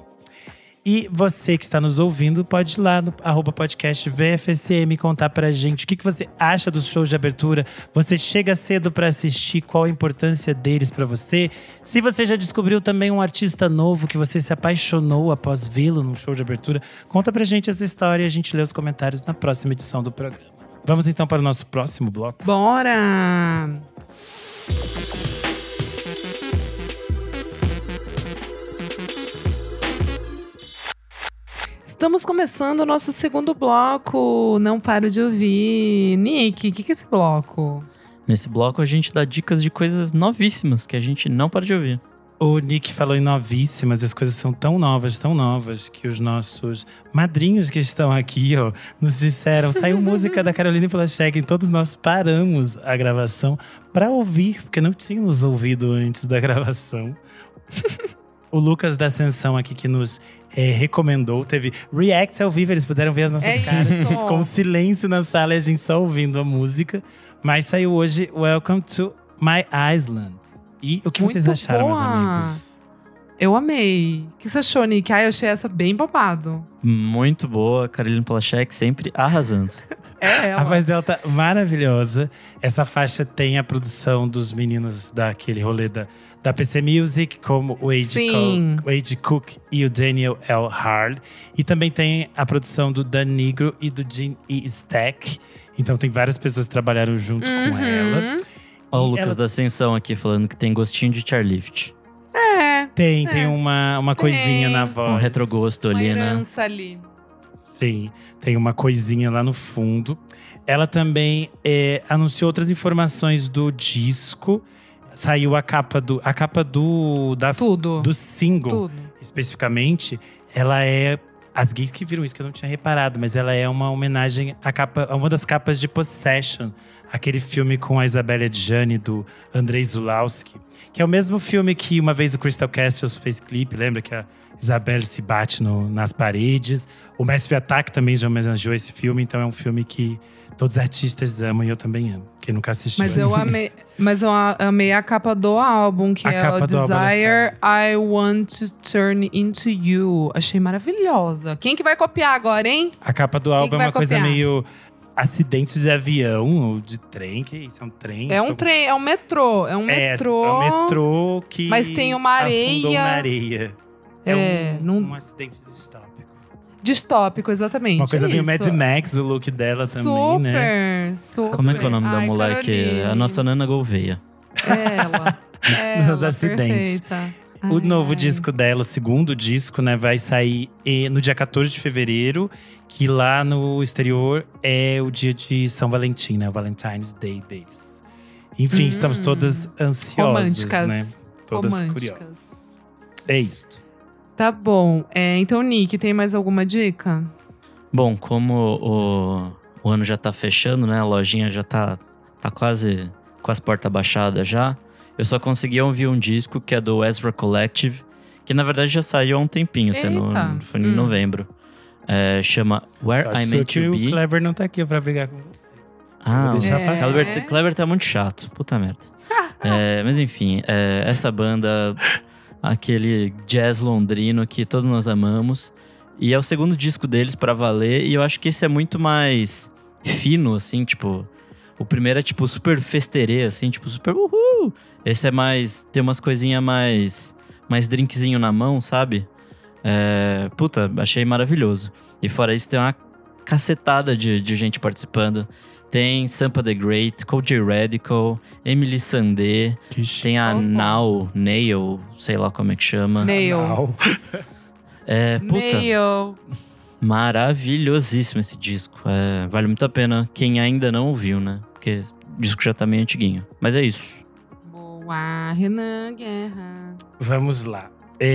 E você que está nos ouvindo pode ir lá no @podcast VFSM contar pra gente o que você acha dos shows de abertura. Você chega cedo pra assistir, qual a importância deles pra você? Se você já descobriu também um artista novo que você se apaixonou após vê-lo num show de abertura, conta pra gente essa história e a gente lê os comentários na próxima edição do programa. Vamos então para o nosso próximo bloco? Bora! Estamos começando o nosso segundo bloco. Não paro de ouvir. Nick, o que é esse bloco? Nesse bloco a gente dá dicas de coisas novíssimas que a gente não para de ouvir. O Nick falou em novíssimas, as coisas são tão novas, que os nossos madrinhos que estão aqui, ó, nos disseram. Saiu música da Caroline Polachek e todos nós paramos a gravação para ouvir, porque não tínhamos ouvido antes da gravação. O Lucas da Ascensão aqui que nos recomendou, teve react ao vivo, eles puderam ver as nossas caras com silêncio na sala e a gente só ouvindo a música. Mas saiu hoje Welcome to My Island. E o que vocês acharam, meus amigos? Eu amei. O que você achou, Nick? Eu achei essa bem babado. Muito boa, Caroline Polachek sempre arrasando. A voz dela tá maravilhosa. Essa faixa tem a produção dos meninos daquele rolê da PC Music, como o Age Cook e o Daniel L. Harl. E também tem a produção do Dan Nigro e do Gene E. Stack. Então tem várias pessoas que trabalharam junto com ela. Olha o Lucas da Ascensão aqui falando que tem gostinho de Charlift. Tem uma coisinha na voz. Um retrogosto ali, né? Herança ali. Sim, tem uma coisinha lá no fundo. Ela também anunciou outras informações do disco. Saiu a capa do single, especificamente. Ela é… As gays que viram isso, que eu não tinha reparado. Mas ela é uma homenagem a uma das capas de Possession. Aquele filme com a Isabelle Adjani, do Andrei Zulawski. Que é o mesmo filme que uma vez o Crystal Castles fez clipe. Lembra que a Isabelle se bate nas paredes. O Massive Attack também já homenageou esse filme. Então é um filme que todos os artistas amam e eu também amo. Quem nunca assistiu. Mas eu amei a capa do álbum, que é o Desire I Want to Turn Into You. Achei maravilhosa. Quem que vai copiar agora, hein? A capa do álbum é uma coisa meio… acidentes de avião ou de trem, que isso? É um trem? É um trem, é um metrô. É um metrô. É um metrô que mas tem uma areia. Afundou na areia. Um acidente distópico, exatamente. Uma coisa meio Mad Max, o look dela também, né? Super. Como é que é o nome da moleque? Caroline. A nossa Nana Gouveia. Ela. Nos acidentes. O novo disco dela, o segundo disco, né, vai sair no dia 14 de fevereiro. Que lá no exterior é o dia de São Valentim, né? O Valentine's Day deles. Enfim, estamos todas ansiosas, românticas, né? Todas curiosas. É isso. Tá bom. Então, Nick, tem mais alguma dica? Bom, como o ano já tá fechando, né? A lojinha já tá quase com as portas baixadas já. Eu só consegui ouvir um disco que é do Ezra Collective. Que na verdade já saiu há um tempinho, foi em novembro. Chama Where I Meant to Be. O Kleber não tá aqui pra brigar com você. Vou deixar passar. Kleber tá muito chato. Puta merda. Mas enfim, essa banda… Aquele jazz londrino que todos nós amamos. E é o segundo disco deles pra valer. E eu acho que esse é muito mais fino, assim, tipo… O primeiro é tipo super festerê, assim, tipo super uhul. Esse é mais… Tem umas coisinhas mais drinkzinho na mão, sabe? Achei maravilhoso. E fora isso tem uma cacetada de gente participando. Tem Sampa the Great, Cody Radical, Emily Sandé. Tem a Nail, sei lá como é que chama. Nail. Nail. Maravilhosíssimo esse disco. Vale muito a pena quem ainda não ouviu, né? Porque o disco já tá meio antiguinho. Mas é isso. Boa, Renan Guerra. Vamos lá.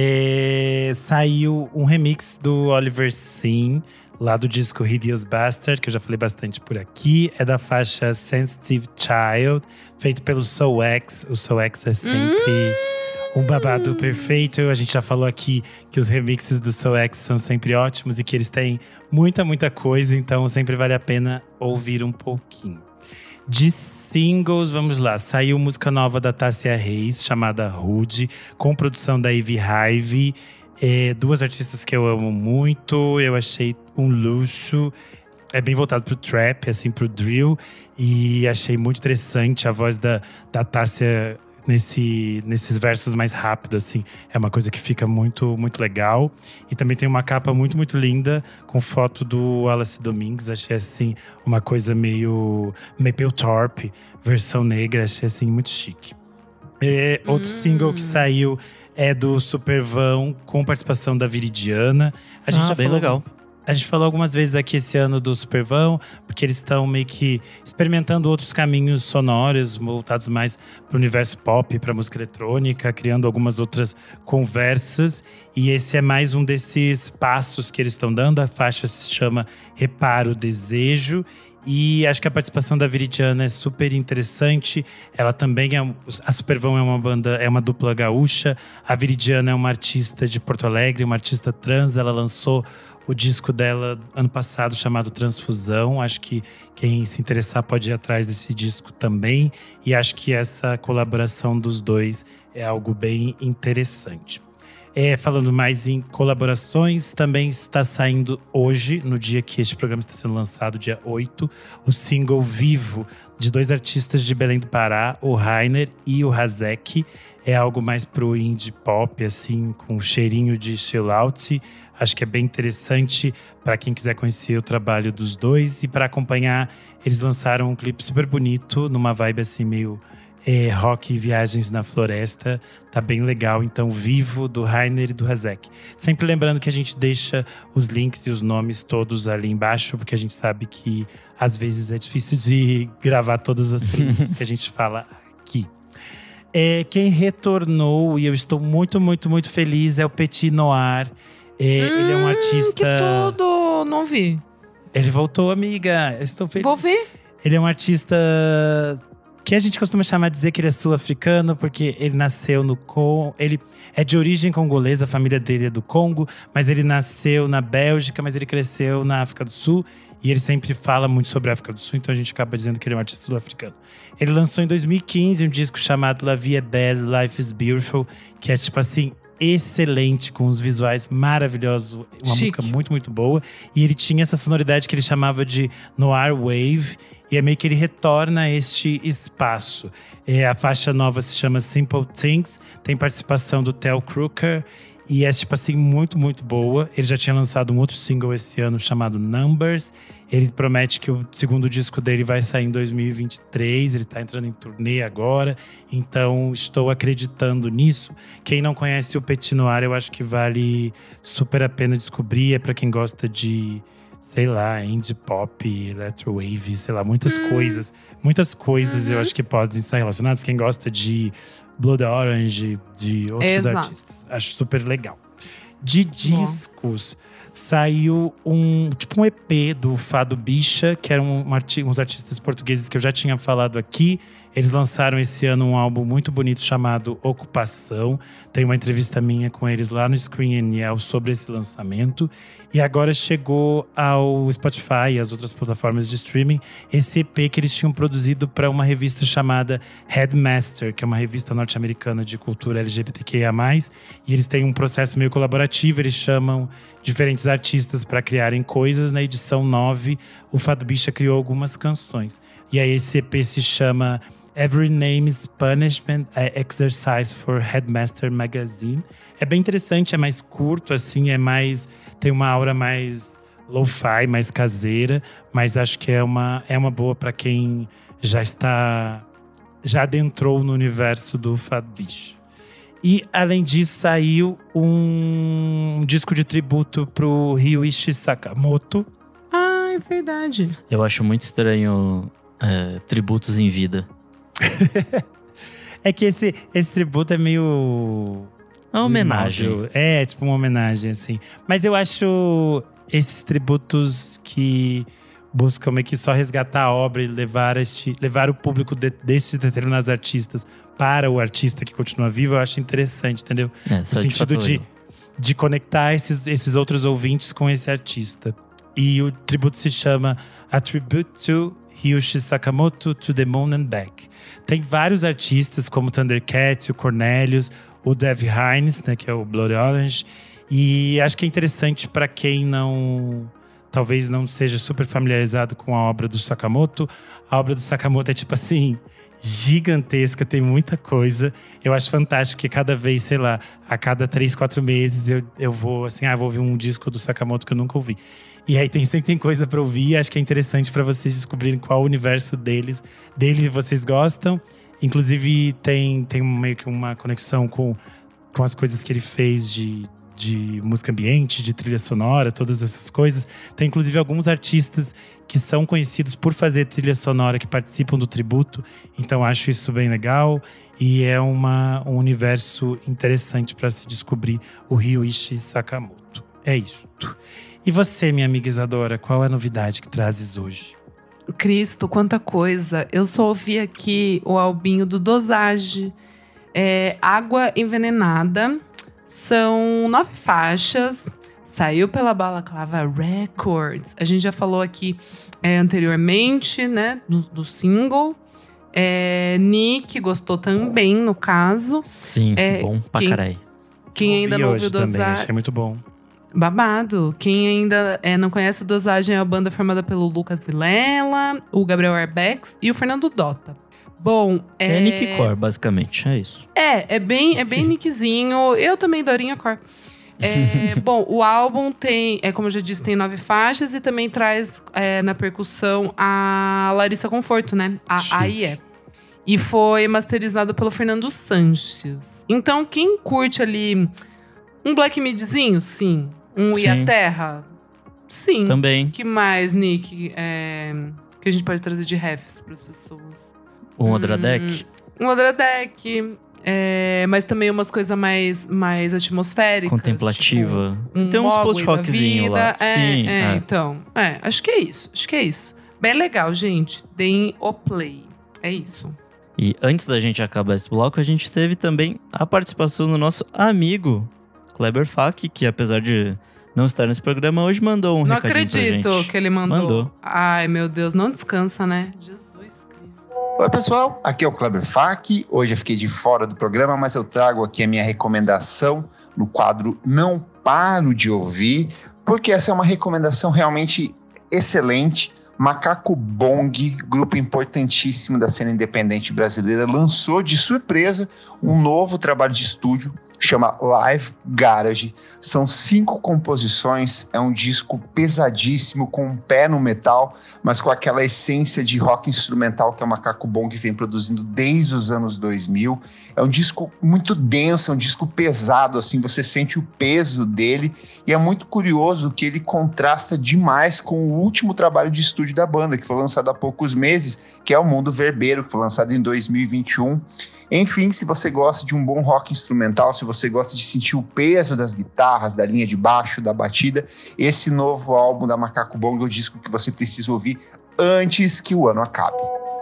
Saiu um remix do Oliver Sim, lá do disco Hideous Bastard, que eu já falei bastante por aqui. É da faixa Sensitive Child, feito pelo Soul X. O Soul X é sempre um babado perfeito. A gente já falou aqui que os remixes do Soul X são sempre ótimos e que eles têm muita coisa, então sempre vale a pena ouvir um pouquinho. De singles, vamos lá. Saiu música nova da Tássia Reis, chamada Rude, com produção da Ivy Hive. Duas artistas que eu amo muito, eu achei um luxo. É bem voltado pro trap, assim, pro drill. E achei muito interessante a voz da Tássia nesses versos mais rápidos, assim. É uma coisa que fica muito legal. E também tem uma capa muito linda, com foto do Wallace Domingues. Achei, assim, uma coisa meio Mapplethorpe, versão negra. Achei, assim, muito chique. Outro single que saiu é do Supervão, com participação da Viridiana. A gente já bem falou, legal. A gente falou algumas vezes aqui esse ano do Supervão, porque eles estão meio que experimentando outros caminhos sonoros, voltados mais para o universo pop, para música eletrônica, criando algumas outras conversas. E esse é mais um desses passos que eles estão dando. A faixa se chama Reparo, Desejo. E acho que a participação da Viridiana é super interessante. Ela também a Supervão é uma banda, é uma dupla gaúcha. A Viridiana é uma artista de Porto Alegre, uma artista trans. Ela lançou o disco dela ano passado, chamado Transfusão. Acho que quem se interessar pode ir atrás desse disco também. E acho que essa colaboração dos dois é algo bem interessante. Falando mais em colaborações, também está saindo hoje, no dia que este programa está sendo lançado, dia 8, o single Vivo, de 2 artistas de Belém do Pará, o Rainer e o Razek. É algo mais pro indie pop, assim, com um cheirinho de chill out. Acho que é bem interessante para quem quiser conhecer o trabalho dos dois. E para acompanhar, eles lançaram um clipe super bonito, numa vibe assim meio rock e viagens na floresta. Tá bem legal. Então, Vivo, do Rainer e do Razek. Sempre lembrando que a gente deixa os links e os nomes todos ali embaixo, porque a gente sabe que às vezes é difícil de gravar todas as premissas que a gente fala aqui. Quem retornou, e eu estou muito, muito, muito feliz, é o Petit Noir. Ele é um artista… Que tudo! Não vi. Ele voltou, amiga. Eu estou feliz. Vou ver. Ele é um artista que a gente costuma dizer que ele é sul-africano, porque ele nasceu no Congo. Ele é de origem congolesa, a família dele é do Congo. Mas ele nasceu na Bélgica, mas ele cresceu na África do Sul. E ele sempre fala muito sobre a África do Sul, então a gente acaba dizendo que ele é um artista sul-africano. Ele lançou em 2015 um disco chamado La Vie est Belle, Life is Beautiful, que é tipo assim… excelente, com os visuais maravilhosos, uma música muito, muito boa. E ele tinha essa sonoridade que ele chamava de Noir Wave, e é meio que ele retorna a este espaço. A faixa nova se chama Simple Things, tem participação do Tel Crooker, e é tipo assim, muito, muito boa. Ele já tinha lançado um outro single esse ano chamado Numbers. Ele promete que o segundo disco dele vai sair em 2023. Ele tá entrando em turnê agora. Então, estou acreditando nisso. Quem não conhece o Petit Noir, eu acho que vale super a pena descobrir. É pra quem gosta de, sei lá, indie pop, electrowave, sei lá, muitas coisas. Muitas coisas eu acho que podem estar relacionadas. Quem gosta de Blood Orange, de outros artistas. Acho super legal. De discos, saiu um EP do Fado Bicha, que eram uns artistas portugueses que eu já tinha falado aqui. Eles lançaram esse ano um álbum muito bonito chamado Ocupação. Tem uma entrevista minha com eles lá no Screen Yell sobre esse lançamento. E agora chegou ao Spotify e as outras plataformas de streaming esse EP que eles tinham produzido para uma revista chamada Headmaster, que é uma revista norte-americana de cultura LGBTQIA+. E eles têm um processo meio colaborativo, eles chamam diferentes artistas para criarem coisas. Na edição 9, o Fado Bicha criou algumas canções. E aí esse EP se chama Every Name is Punishment, Exercise for Headmaster Magazine. É bem interessante, é mais curto, assim, tem uma aura mais lo-fi, mais caseira, mas acho que é uma boa para quem já adentrou no universo do Fado Bicha. E, além disso, saiu um disco de tributo pro Ryuichi Sakamoto. Ah, é verdade. Eu acho muito estranho tributos em vida. É que esse tributo é meio… uma homenagem. É, tipo uma homenagem, assim. Mas eu acho esses tributos que buscam meio que só resgatar a obra e levar o público desses determinados artistas para o artista que continua vivo, eu acho interessante, entendeu? No sentido de conectar esses outros ouvintes com esse artista. E o tributo se chama A Tribute to Ryuichi Sakamoto to the Moon and Back. Tem vários artistas, como o Thundercats, o Cornelius, o Dev Hynes, né, que é o Blood Orange. E acho que é interessante para quem talvez não seja super familiarizado com a obra do Sakamoto. A obra do Sakamoto é tipo assim, gigantesca, tem muita coisa. Eu acho fantástico que cada vez, sei lá, a cada 3, 4 meses eu vou assim, vou ouvir um disco do Sakamoto que eu nunca ouvi. E aí sempre tem coisa pra ouvir. Acho que é interessante pra vocês descobrirem qual o universo dele vocês gostam. Inclusive tem meio que uma conexão com as coisas que ele fez de música ambiente, de trilha sonora, todas essas coisas. Tem inclusive alguns artistas que são conhecidos por fazer trilha sonora, que participam do tributo. Então acho isso bem legal. E é um universo interessante para se descobrir, o Ryuichi Sakamoto. É isso. E você, minha amiga Isadora, qual é a novidade que trazes hoje? Cristo, quanta coisa. Eu só ouvi aqui o albinho do Dosage. Água Envenenada. São 9 faixas. Saiu pela Balaclava Records. A gente já falou aqui anteriormente, né? Do single. Nick gostou também, no caso. Sim, bom pra caralho. Quem ainda não ouviu Dosage… Dosage… Achei muito bom. Babado. Quem ainda não conhece o Dosagem é a banda formada pelo Lucas Vilela, o Gabriel Arbex e o Fernando Dota. Bom, é Nick Core, basicamente, é isso. É bem Nickzinho. Eu também, Dorinha Core. Bom, o álbum tem, como eu já disse, tem 9 faixas e também traz na percussão a Larissa Conforto, né? A AIE. E foi masterizado pelo Fernando Sanches. Então, quem curte ali um black midzinho, sim. E a Terra, sim. Também. Que mais, Nick, que a gente pode trazer de refs para as pessoas? Um Odradek. Um Odradek. Mas também umas coisas mais atmosféricas. Contemplativa. Tipo, tem uns post-rockzinho lá. Sim. Então. Acho que é isso. Bem legal, gente. Deem o play. É isso. E antes da gente acabar esse bloco, a gente teve também a participação do nosso amigo Kleber Fak, que apesar de não estar nesse programa, hoje mandou um recadinho pra gente. Não acredito que ele mandou. Mandou. Ai, meu Deus, não descansa, né? Jesus Cristo. Oi, pessoal. Aqui é o Kleber Fak. Hoje eu fiquei de fora do programa, mas eu trago aqui a minha recomendação no quadro Não Paro de Ouvir, porque essa é uma recomendação realmente excelente. Macaco Bong, grupo importantíssimo da cena independente brasileira, lançou de surpresa um novo trabalho de estúdio, chama Live Garage. São 5 composições, é um disco pesadíssimo, com um pé no metal, mas com aquela essência de rock instrumental que o Macaco Bong vem produzindo desde os anos 2000. É um disco muito denso, é um disco pesado, assim, você sente o peso dele, e é muito curioso que ele contrasta demais com o último trabalho de estúdio da banda, que foi lançado há poucos meses, que é o Mundo Verbeiro, que foi lançado em 2021. Enfim, se você gosta de um bom rock instrumental, se você gosta de sentir o peso das guitarras, da linha de baixo, da batida, esse novo álbum da Macaco Bong é o disco que você precisa ouvir antes que o ano acabe.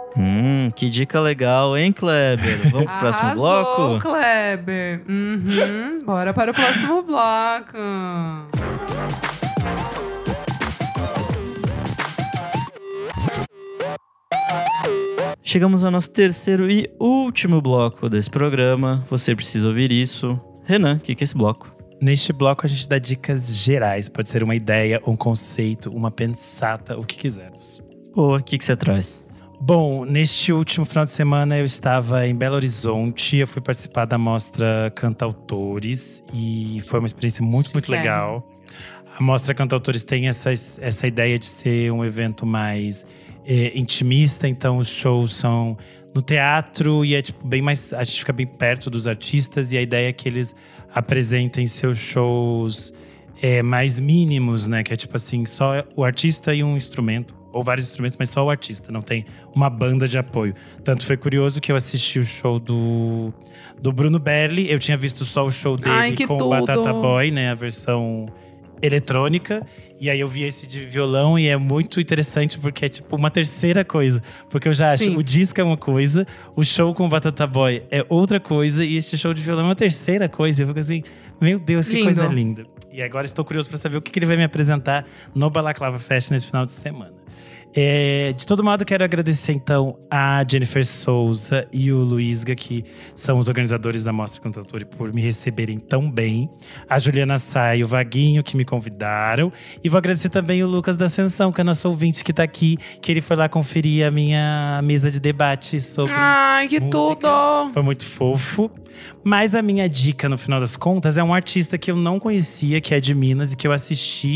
Que dica legal, hein, Kleber? Vamos pro próximo bloco? Arrasou, Kleber. Bora para o próximo bloco. Chegamos ao nosso terceiro e último bloco desse programa. Você precisa ouvir isso. Renan, o que é esse bloco? Neste bloco a gente dá dicas gerais. Pode ser uma ideia, um conceito, uma pensata, o que quisermos. O que você traz? Bom, neste último final de semana eu estava em Belo Horizonte. Eu fui participar da mostra Cantautores e foi uma experiência muito legal. A mostra Cantautores tem essa ideia de ser um evento mais intimista, então os shows são no teatro e é tipo bem mais, a gente fica bem perto dos artistas e a ideia é que eles apresentem seus shows mais mínimos, né? Que é tipo assim, só o artista e um instrumento, ou vários instrumentos, mas só o artista, não tem uma banda de apoio. Tanto foi curioso que eu assisti o show do Bruno Berli, eu tinha visto só o show dele com o Batata Boy, né? A versão eletrônica. E aí eu vi esse de violão e é muito interessante porque é tipo uma terceira coisa. Porque eu já acho, o disco é uma coisa, o show com o Batata Boy é outra coisa e este show de violão é uma terceira coisa. Eu fico assim, meu Deus, que coisa linda. E agora estou curioso para saber o que ele vai me apresentar no Balaclava Fest nesse final de semana. De todo modo, quero agradecer então a Jennifer Souza e o Luizga, que são os organizadores da Mostra Cantautores, por me receberem tão bem. A Juliana Sá e o Vaguinho, que me convidaram. E vou agradecer também o Lucas da Ascensão, que é nosso ouvinte que tá aqui, que ele foi lá conferir a minha mesa de debate sobre que música. Tudo! Foi muito fofo. Mas a minha dica, no final das contas, é um artista que eu não conhecia, que é de Minas e que eu assisti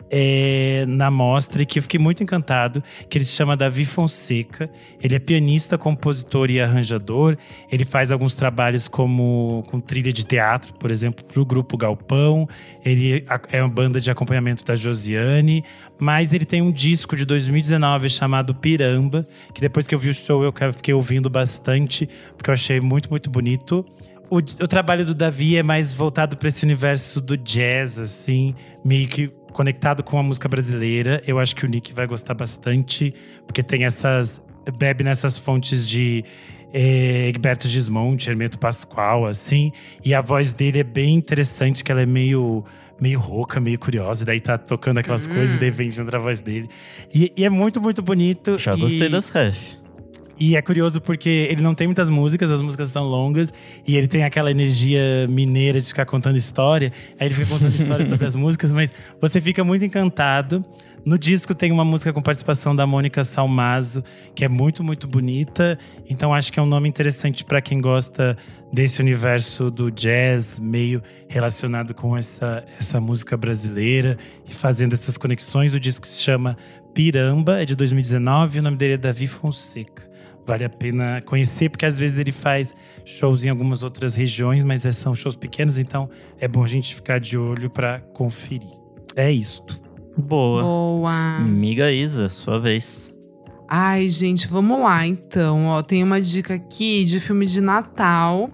na mostra e que eu fiquei muito encantado, que ele se chama Davi Fonseca. Ele é pianista, compositor e arranjador. Ele faz alguns trabalhos com trilha de teatro, por exemplo, para o Grupo Galpão. Ele é uma banda de acompanhamento da Josiane. Mas ele tem um disco de 2019 chamado Piramba, que depois que eu vi o show eu fiquei ouvindo bastante, porque eu achei muito, muito bonito. O trabalho do Davi é mais voltado para esse universo do jazz, assim, meio que conectado com a música brasileira. Eu acho que o Nick vai gostar bastante, porque tem bebe nessas fontes de Egberto Gismonti, Hermeto Pascoal, assim. E a voz dele é bem interessante, que ela é meio rouca, meio curiosa. Daí tá tocando aquelas coisas e daí vem dentro da voz dele. E é muito, muito bonito. Já gostei das refs. E é curioso porque ele não tem muitas músicas, as músicas são longas. E ele tem aquela energia mineira de ficar contando história. Aí ele fica contando história sobre as músicas, mas você fica muito encantado. No disco tem uma música com participação da Mônica Salmazo, que é muito, muito bonita. Então acho que é um nome interessante para quem gosta desse universo do jazz, meio relacionado com essa música brasileira e fazendo essas conexões. O disco se chama Piramba, é de 2019, o nome dele é Davi Fonseca. Vale a pena conhecer, porque às vezes ele faz shows em algumas outras regiões, mas são shows pequenos, então é bom a gente ficar de olho para conferir. É isto. Boa. Amiga Isa, sua vez. Ai, gente, vamos lá então. Ó, tem uma dica aqui de filme de Natal.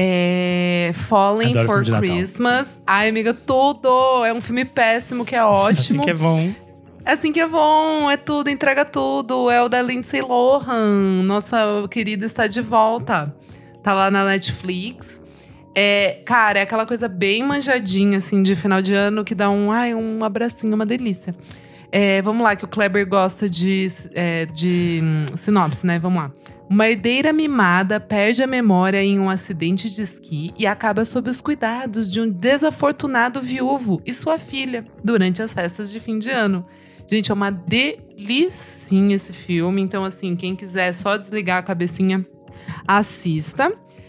Falling for Christmas. Ai, amiga, tudo! É um filme péssimo, que é ótimo. Assim que é bom. Assim que é bom, é tudo, entrega tudo. É o da Lindsay Lohan. Nossa querida está de volta. Tá lá na Netflix. Cara, é aquela coisa bem manjadinha, assim, de final de ano, que dá um abracinho, uma delícia. Vamos lá, que o Kleber gosta de sinopse, né? Vamos lá. Uma herdeira mimada perde a memória em um acidente de esqui e acaba sob os cuidados de um desafortunado viúvo e sua filha durante as festas de fim de ano. Gente, é uma delicinha esse filme. Então, assim, quem quiser só desligar a cabecinha, assista.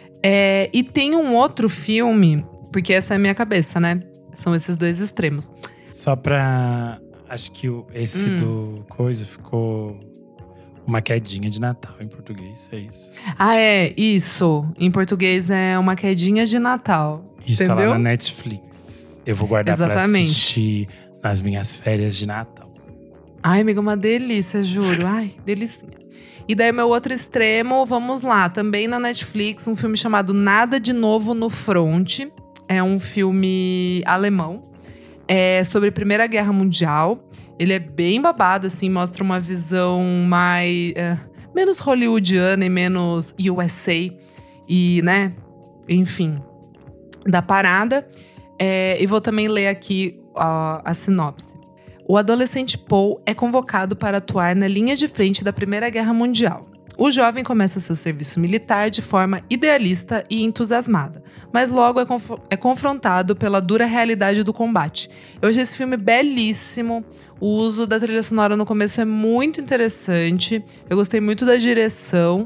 E tem um outro filme, porque essa é a minha cabeça, né? São esses dois extremos. Só pra… Acho que esse do coisa ficou… Uma quedinha de Natal em português, é isso. Isso. Em português é Uma Quedinha de Natal. Isso entendeu? Tá lá na Netflix. Eu vou guardar pra assistir nas minhas férias de Natal. Ai, amiga, uma delícia, juro. Ai, delicinha. E daí, meu outro extremo, vamos lá. Também na Netflix, um filme chamado Nada de Novo no Front. É um filme alemão. É sobre a Primeira Guerra Mundial. Ele é bem babado, assim, mostra uma visão menos hollywoodiana e menos USA. E, né, enfim, da parada. E vou também ler aqui a sinopse. O adolescente Paul é convocado para atuar na linha de frente da Primeira Guerra Mundial. O jovem começa seu serviço militar de forma idealista e entusiasmada, mas logo é confrontado pela dura realidade do combate. Eu achei esse filme belíssimo. O uso da trilha sonora no começo é muito interessante. Eu gostei muito da direção.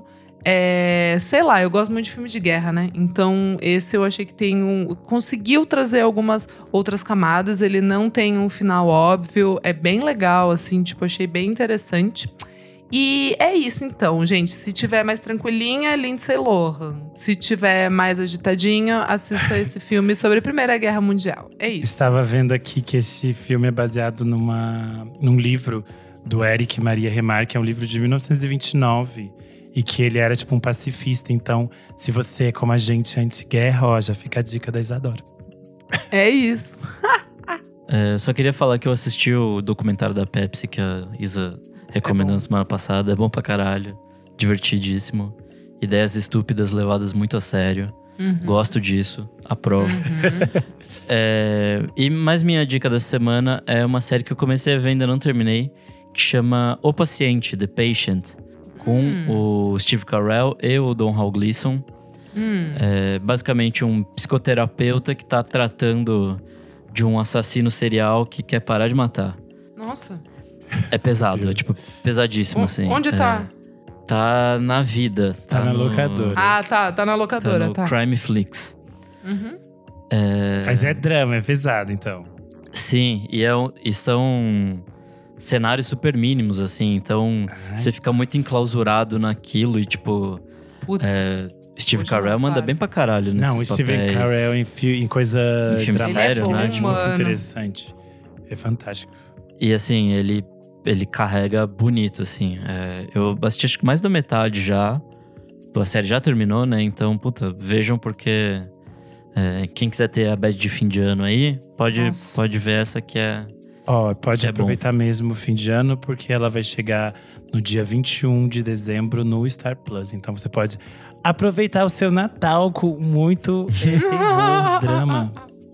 Sei lá, eu gosto muito de filme de guerra, né? Então, esse eu achei que conseguiu trazer algumas outras camadas. Ele não tem um final óbvio. É bem legal, assim, tipo, achei bem interessante. E é isso, então, gente. Se tiver mais tranquilinha, Lindsay Lohan. Se tiver mais agitadinha, assista esse filme sobre a Primeira Guerra Mundial. É isso. Estava vendo aqui que esse filme é baseado num livro do Éric Maria Remarque, que é um livro de 1929. E que ele era tipo um pacifista. Então, se você é como a gente anti-guerra, já fica a dica da Isadora. É isso. Eu só queria falar que eu assisti o documentário da Pepsi que a Isa recomendou na semana passada. É bom pra caralho. Divertidíssimo. Ideias estúpidas levadas muito a sério. Gosto disso. Aprovo. Mas minha dica dessa semana é uma série que eu comecei a ver e ainda não terminei. Que chama O Paciente, The Patient. Com o Steve Carell e o Domhnall Gleeson. É basicamente um psicoterapeuta que tá tratando de um assassino serial que quer parar de matar. Nossa. É pesado, é tipo pesadíssimo, assim. Onde tá? Tá na vida. Tá na locadora. Tá na locadora, tá. No Crime Flix. Mas é drama, é pesado, então. Sim, e são cenários super mínimos, assim. Então, você fica muito enclausurado naquilo e, tipo… Putz. Steve Carell manda bem pra caralho nesses papéis. Não, o Steve Carell em coisa em filme sério, né? Muito interessante. É fantástico. E assim, ele carrega bonito, assim. Eu assisti acho que mais da metade já. A série já terminou, né? Então, puta, vejam porque… quem quiser ter a bad de fim de ano aí, pode ver essa que é… pode aproveitar mesmo o fim de ano, porque ela vai chegar no dia 21 de dezembro no Star Plus. Então você pode aproveitar o seu Natal com muito drama.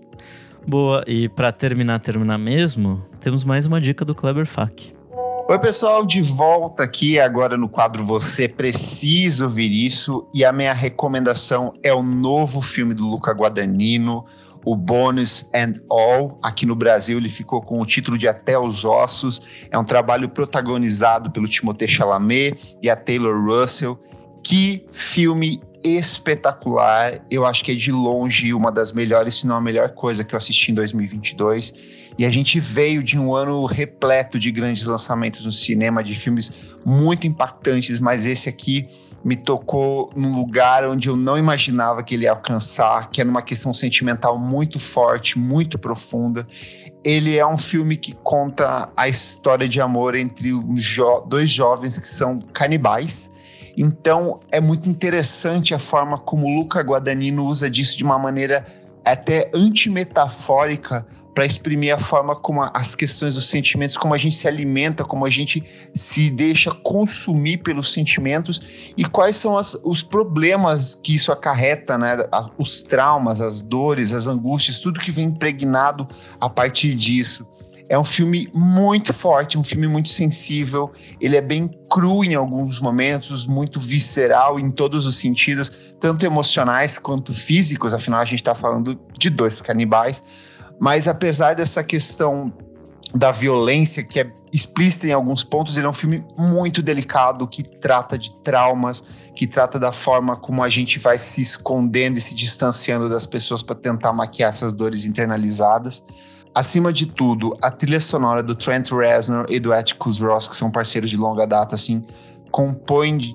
Boa, e pra terminar mesmo, temos mais uma dica do Kleber Fak. Oi, pessoal, de volta aqui agora no quadro Você Precisa Ouvir Isso. E a minha recomendação é o novo filme do Luca Guadagnino, o Bones and All. Aqui no Brasil ele ficou com o título de Até os Ossos. É um trabalho protagonizado pelo Timothée Chalamet e a Taylor Russell. Que filme espetacular. Eu acho que é de longe uma das melhores, se não a melhor coisa que eu assisti em 2022. E a gente veio de um ano repleto de grandes lançamentos no cinema, de filmes muito impactantes, mas esse aqui me tocou num lugar onde eu não imaginava que ele ia alcançar, que é numa questão sentimental muito forte, muito profunda. Ele é um filme que conta a história de amor entre dois jovens que são canibais. Então é muito interessante a forma como o Luca Guadagnino usa disso de uma maneira até antimetafórica para exprimir a forma como as questões dos sentimentos, como a gente se alimenta, como a gente se deixa consumir pelos sentimentos e quais são os problemas que isso acarreta, né? Os traumas, as dores, as angústias, tudo que vem impregnado a partir disso. É um filme muito forte, um filme muito sensível, ele é bem cru em alguns momentos, muito visceral em todos os sentidos, tanto emocionais quanto físicos, afinal a gente está falando de dois canibais. Mas apesar dessa questão da violência, que é explícita em alguns pontos, ele é um filme muito delicado, que trata de traumas, que trata da forma como a gente vai se escondendo e se distanciando das pessoas para tentar maquiar essas dores internalizadas. Acima de tudo, a trilha sonora do Trent Reznor e do Atticus Ross, que são parceiros de longa data, assim, compõem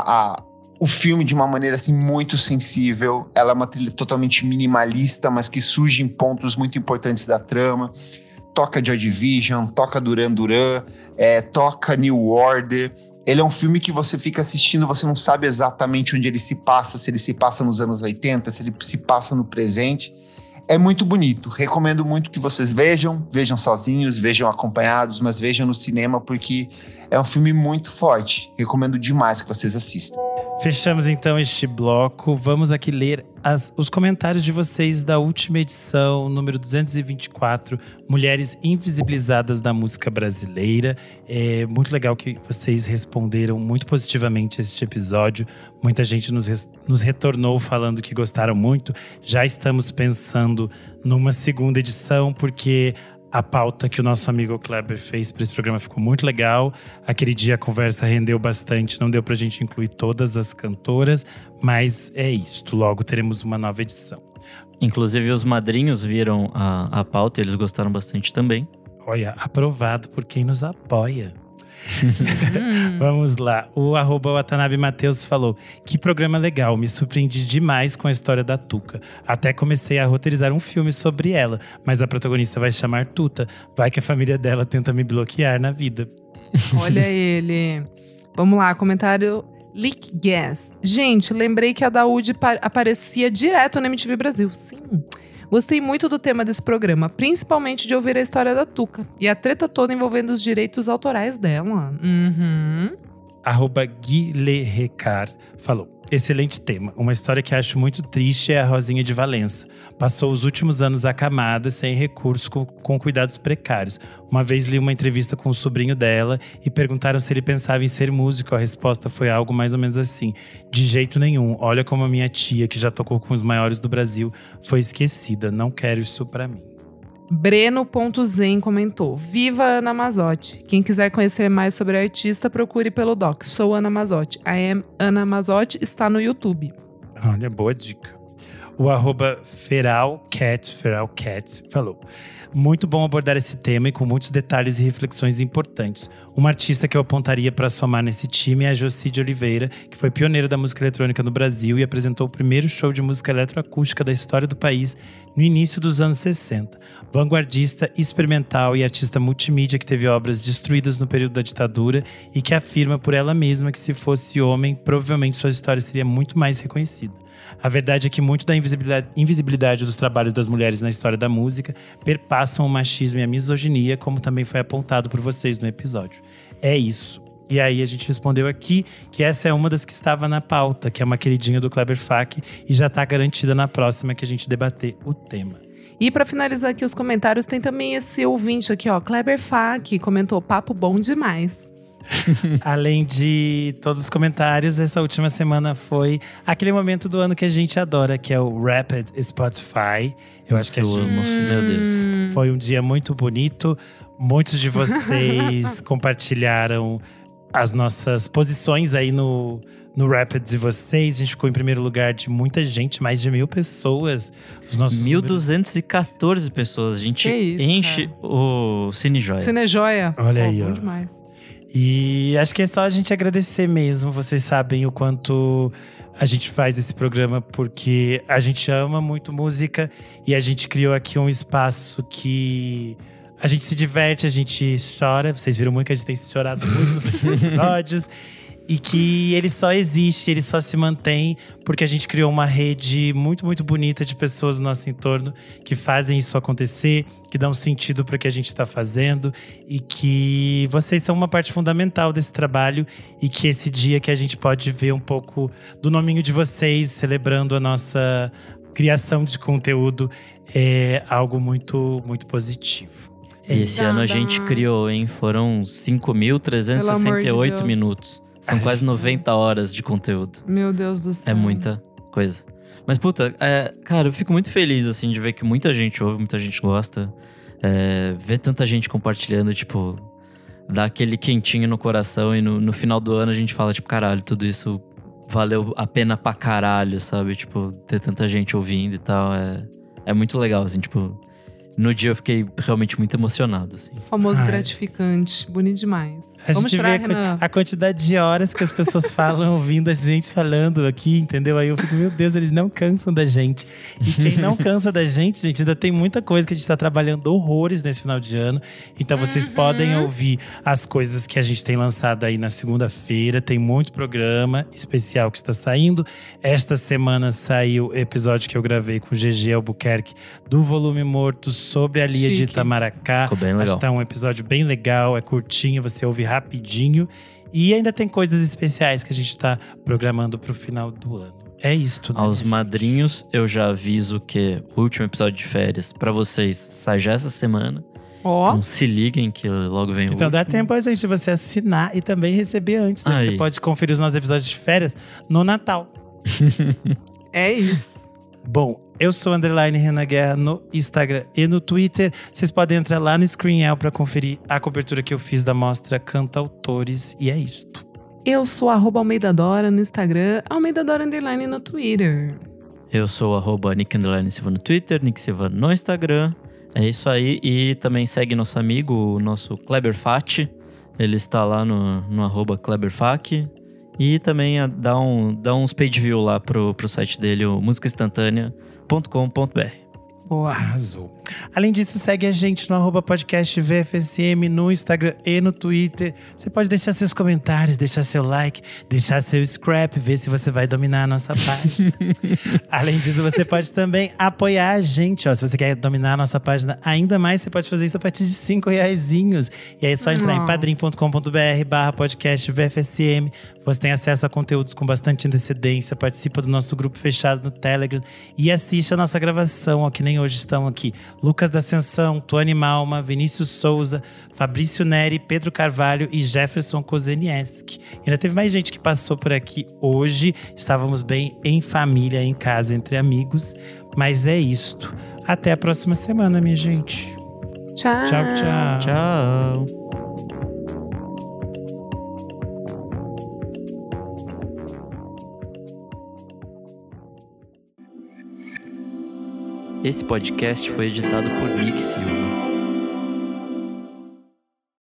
o filme de uma maneira assim, muito sensível. Ela é uma trilha totalmente minimalista, mas que surge em pontos muito importantes da trama. Toca Joy Division, toca Duran Duran, toca New Order. Ele é um filme que você fica assistindo, você não sabe exatamente onde ele se passa, se ele se passa nos anos 80, se ele se passa no presente. É muito bonito, recomendo muito que vocês vejam sozinhos, vejam acompanhados, mas vejam no cinema porque é um filme muito forte. Recomendo demais que vocês assistam. Fechamos então este bloco. Vamos aqui ler os comentários de vocês da última edição, número 224, Mulheres Invisibilizadas da Música Brasileira. É muito legal que vocês responderam muito positivamente este episódio. Muita gente nos retornou falando que gostaram muito. Já estamos pensando numa segunda edição, porque a pauta que o nosso amigo Kleber fez para esse programa ficou muito legal. Aquele dia a conversa rendeu bastante, não deu pra gente incluir todas as cantoras, mas é isso. Logo teremos uma nova edição. Inclusive os madrinhos viram a pauta e eles gostaram bastante também. Olha, aprovado por quem nos apoia. Vamos lá, o @Watanabe Mateus falou: que programa legal, me surpreendi demais com a história da Tuca. Até comecei a roteirizar um filme sobre ela, mas a protagonista vai se chamar Tuta. Vai que a família dela tenta me bloquear na vida. Olha ele. Vamos lá, comentário Leak Gas. Gente, lembrei que a Daúde aparecia direto na MTV Brasil. Sim. Gostei muito do tema desse programa, principalmente de ouvir a história da Tuca e a treta toda envolvendo os direitos autorais dela. @GuiLeRecard falou: excelente tema. Uma história que acho muito triste é a Rosinha de Valença. Passou os últimos anos acamada, sem recurso, com cuidados precários. Uma vez li uma entrevista com o sobrinho dela e perguntaram se ele pensava em ser músico. A resposta foi algo mais ou menos assim: de jeito nenhum. Olha como a minha tia, que já tocou com os maiores do Brasil, foi esquecida. Não quero isso pra mim. Breno.zen comentou: viva Ana Mazzotti. Quem quiser conhecer mais sobre a artista, procure pelo doc. Sou Ana Mazzotti. I am Ana Mazzotti, está no YouTube. Olha, boa dica. O @feralcat falou: muito bom abordar esse tema e com muitos detalhes e reflexões importantes. Uma artista que eu apontaria para somar nesse time é a Jocy de Oliveira, que foi pioneira da música eletrônica no Brasil e apresentou o primeiro show de música eletroacústica da história do país no início dos anos 60. Vanguardista, experimental e artista multimídia que teve obras destruídas no período da ditadura e que afirma por ela mesma que se fosse homem, provavelmente sua história seria muito mais reconhecida. A verdade é que muito da invisibilidade dos trabalhos das mulheres na história da música perpassam o machismo e a misoginia, como também foi apontado por vocês no episódio. É isso. E aí a gente respondeu aqui que essa é uma das que estava na pauta, que é uma queridinha do Kleber Fak e já está garantida na próxima que a gente debater o tema. E para finalizar aqui os comentários, tem também esse ouvinte aqui, ó, Kleber Fak, comentou: papo bom demais. Além de todos os comentários, essa última semana foi aquele momento do ano que a gente adora, que é o Rapid Spotify. Eu acho que a gente… Meu Deus. Foi um dia muito bonito. Muitos de vocês compartilharam as nossas posições aí no Rapid de vocês. A gente ficou em primeiro lugar de muita gente, mais de 1.000 pessoas. Os nossos 1.214 pessoas. A gente enche o Cinejoia. Cinejoia. Olha aí, bom ó. Demais. E acho que é só a gente agradecer mesmo. Vocês sabem o quanto a gente faz esse programa, porque a gente ama muito música e a gente criou aqui um espaço que a gente se diverte, a gente chora. Vocês viram muito que a gente tem chorado muito nos últimos episódios. E que ele só existe, ele só se mantém porque a gente criou uma rede muito, muito bonita de pessoas no nosso entorno que fazem isso acontecer, que dão sentido para o que a gente está fazendo e que vocês são uma parte fundamental desse trabalho e que esse dia que a gente pode ver um pouco do nominho de vocês celebrando a nossa criação de conteúdo é algo muito, muito positivo. E esse ano a gente criou, hein? Foram 5.368 minutos. São quase 90 horas de conteúdo. Meu Deus do céu. É muita coisa. Mas, puta, cara, eu fico muito feliz, assim, de ver que muita gente ouve, muita gente gosta. Ver tanta gente compartilhando, tipo… Dá aquele quentinho no coração e no final do ano a gente fala, tipo, caralho, tudo isso valeu a pena pra caralho, sabe? Tipo, ter tanta gente ouvindo e tal. É muito legal, assim, tipo… No dia eu fiquei realmente muito emocionado, assim. Famoso gratificante. Bonito demais. Vamos chorar, Renan. A quantidade de horas que as pessoas falam ouvindo a gente falando aqui, entendeu? Aí eu fico, meu Deus, eles não cansam da gente. E quem não cansa da gente, ainda tem muita coisa que a gente tá trabalhando horrores nesse final de ano. Então vocês podem ouvir as coisas que a gente tem lançado aí na segunda-feira. Tem muito programa especial que está saindo. Esta semana saiu o episódio que eu gravei com o GG Albuquerque do Volume Morto sobre a Lia de Itamaracá. Ficou bem legal. Acho que tá um episódio bem legal, é curtinho, você ouve rapidinho. E ainda tem coisas especiais que a gente tá programando pro final do ano. É isto, né? Aos madrinhos, eu já aviso que o último episódio de férias pra vocês sai já essa semana. Então se liguem que logo vem o Então último. dá tempo, gente, de você assinar e também receber antes. Né? Você pode conferir os nossos episódios de férias no Natal. É isso. Bom, eu sou _Renan Guerra no Instagram e no Twitter. Vocês podem entrar lá no Screenel para conferir a cobertura que eu fiz da mostra Cantautores. E é isto. Eu sou @AlmeidaDora no Instagram, AlmeidaDora _ no Twitter. Eu sou @Nick_Silva no Twitter, Nick Silva no Instagram. É isso aí. E também segue nosso amigo, o nosso Kleber Fati. Ele está lá no @KleberFak. E também dá uns page view lá pro site dele, o musicainstantanea.com.br. Boa. Arrasou. Além disso, segue a gente no @podcast VFSM no Instagram e no Twitter. Você pode deixar seus comentários, deixar seu like, deixar seu scrap, ver se você vai dominar a nossa página. Além disso, você pode também apoiar a gente. Ó, se você quer dominar a nossa página ainda mais, você pode fazer isso a partir de R$5. E aí é só entrar em padrim.com.br/podcast VFSM. Você tem acesso a conteúdos com bastante antecedência, participa do nosso grupo fechado no Telegram e assiste a nossa gravação, ó, que nem hoje estão aqui. Lucas da Ascensão, Tuane Malma, Vinícius Souza, Fabrício Neri, Pedro Carvalho e Jefferson Kozenieski. Ainda teve mais gente que passou por aqui hoje. Estávamos bem em família, em casa, entre amigos. Mas é isto. Até a próxima semana, minha gente. Tchau. Tchau, tchau. Tchau. Esse podcast foi editado por Nick Silva.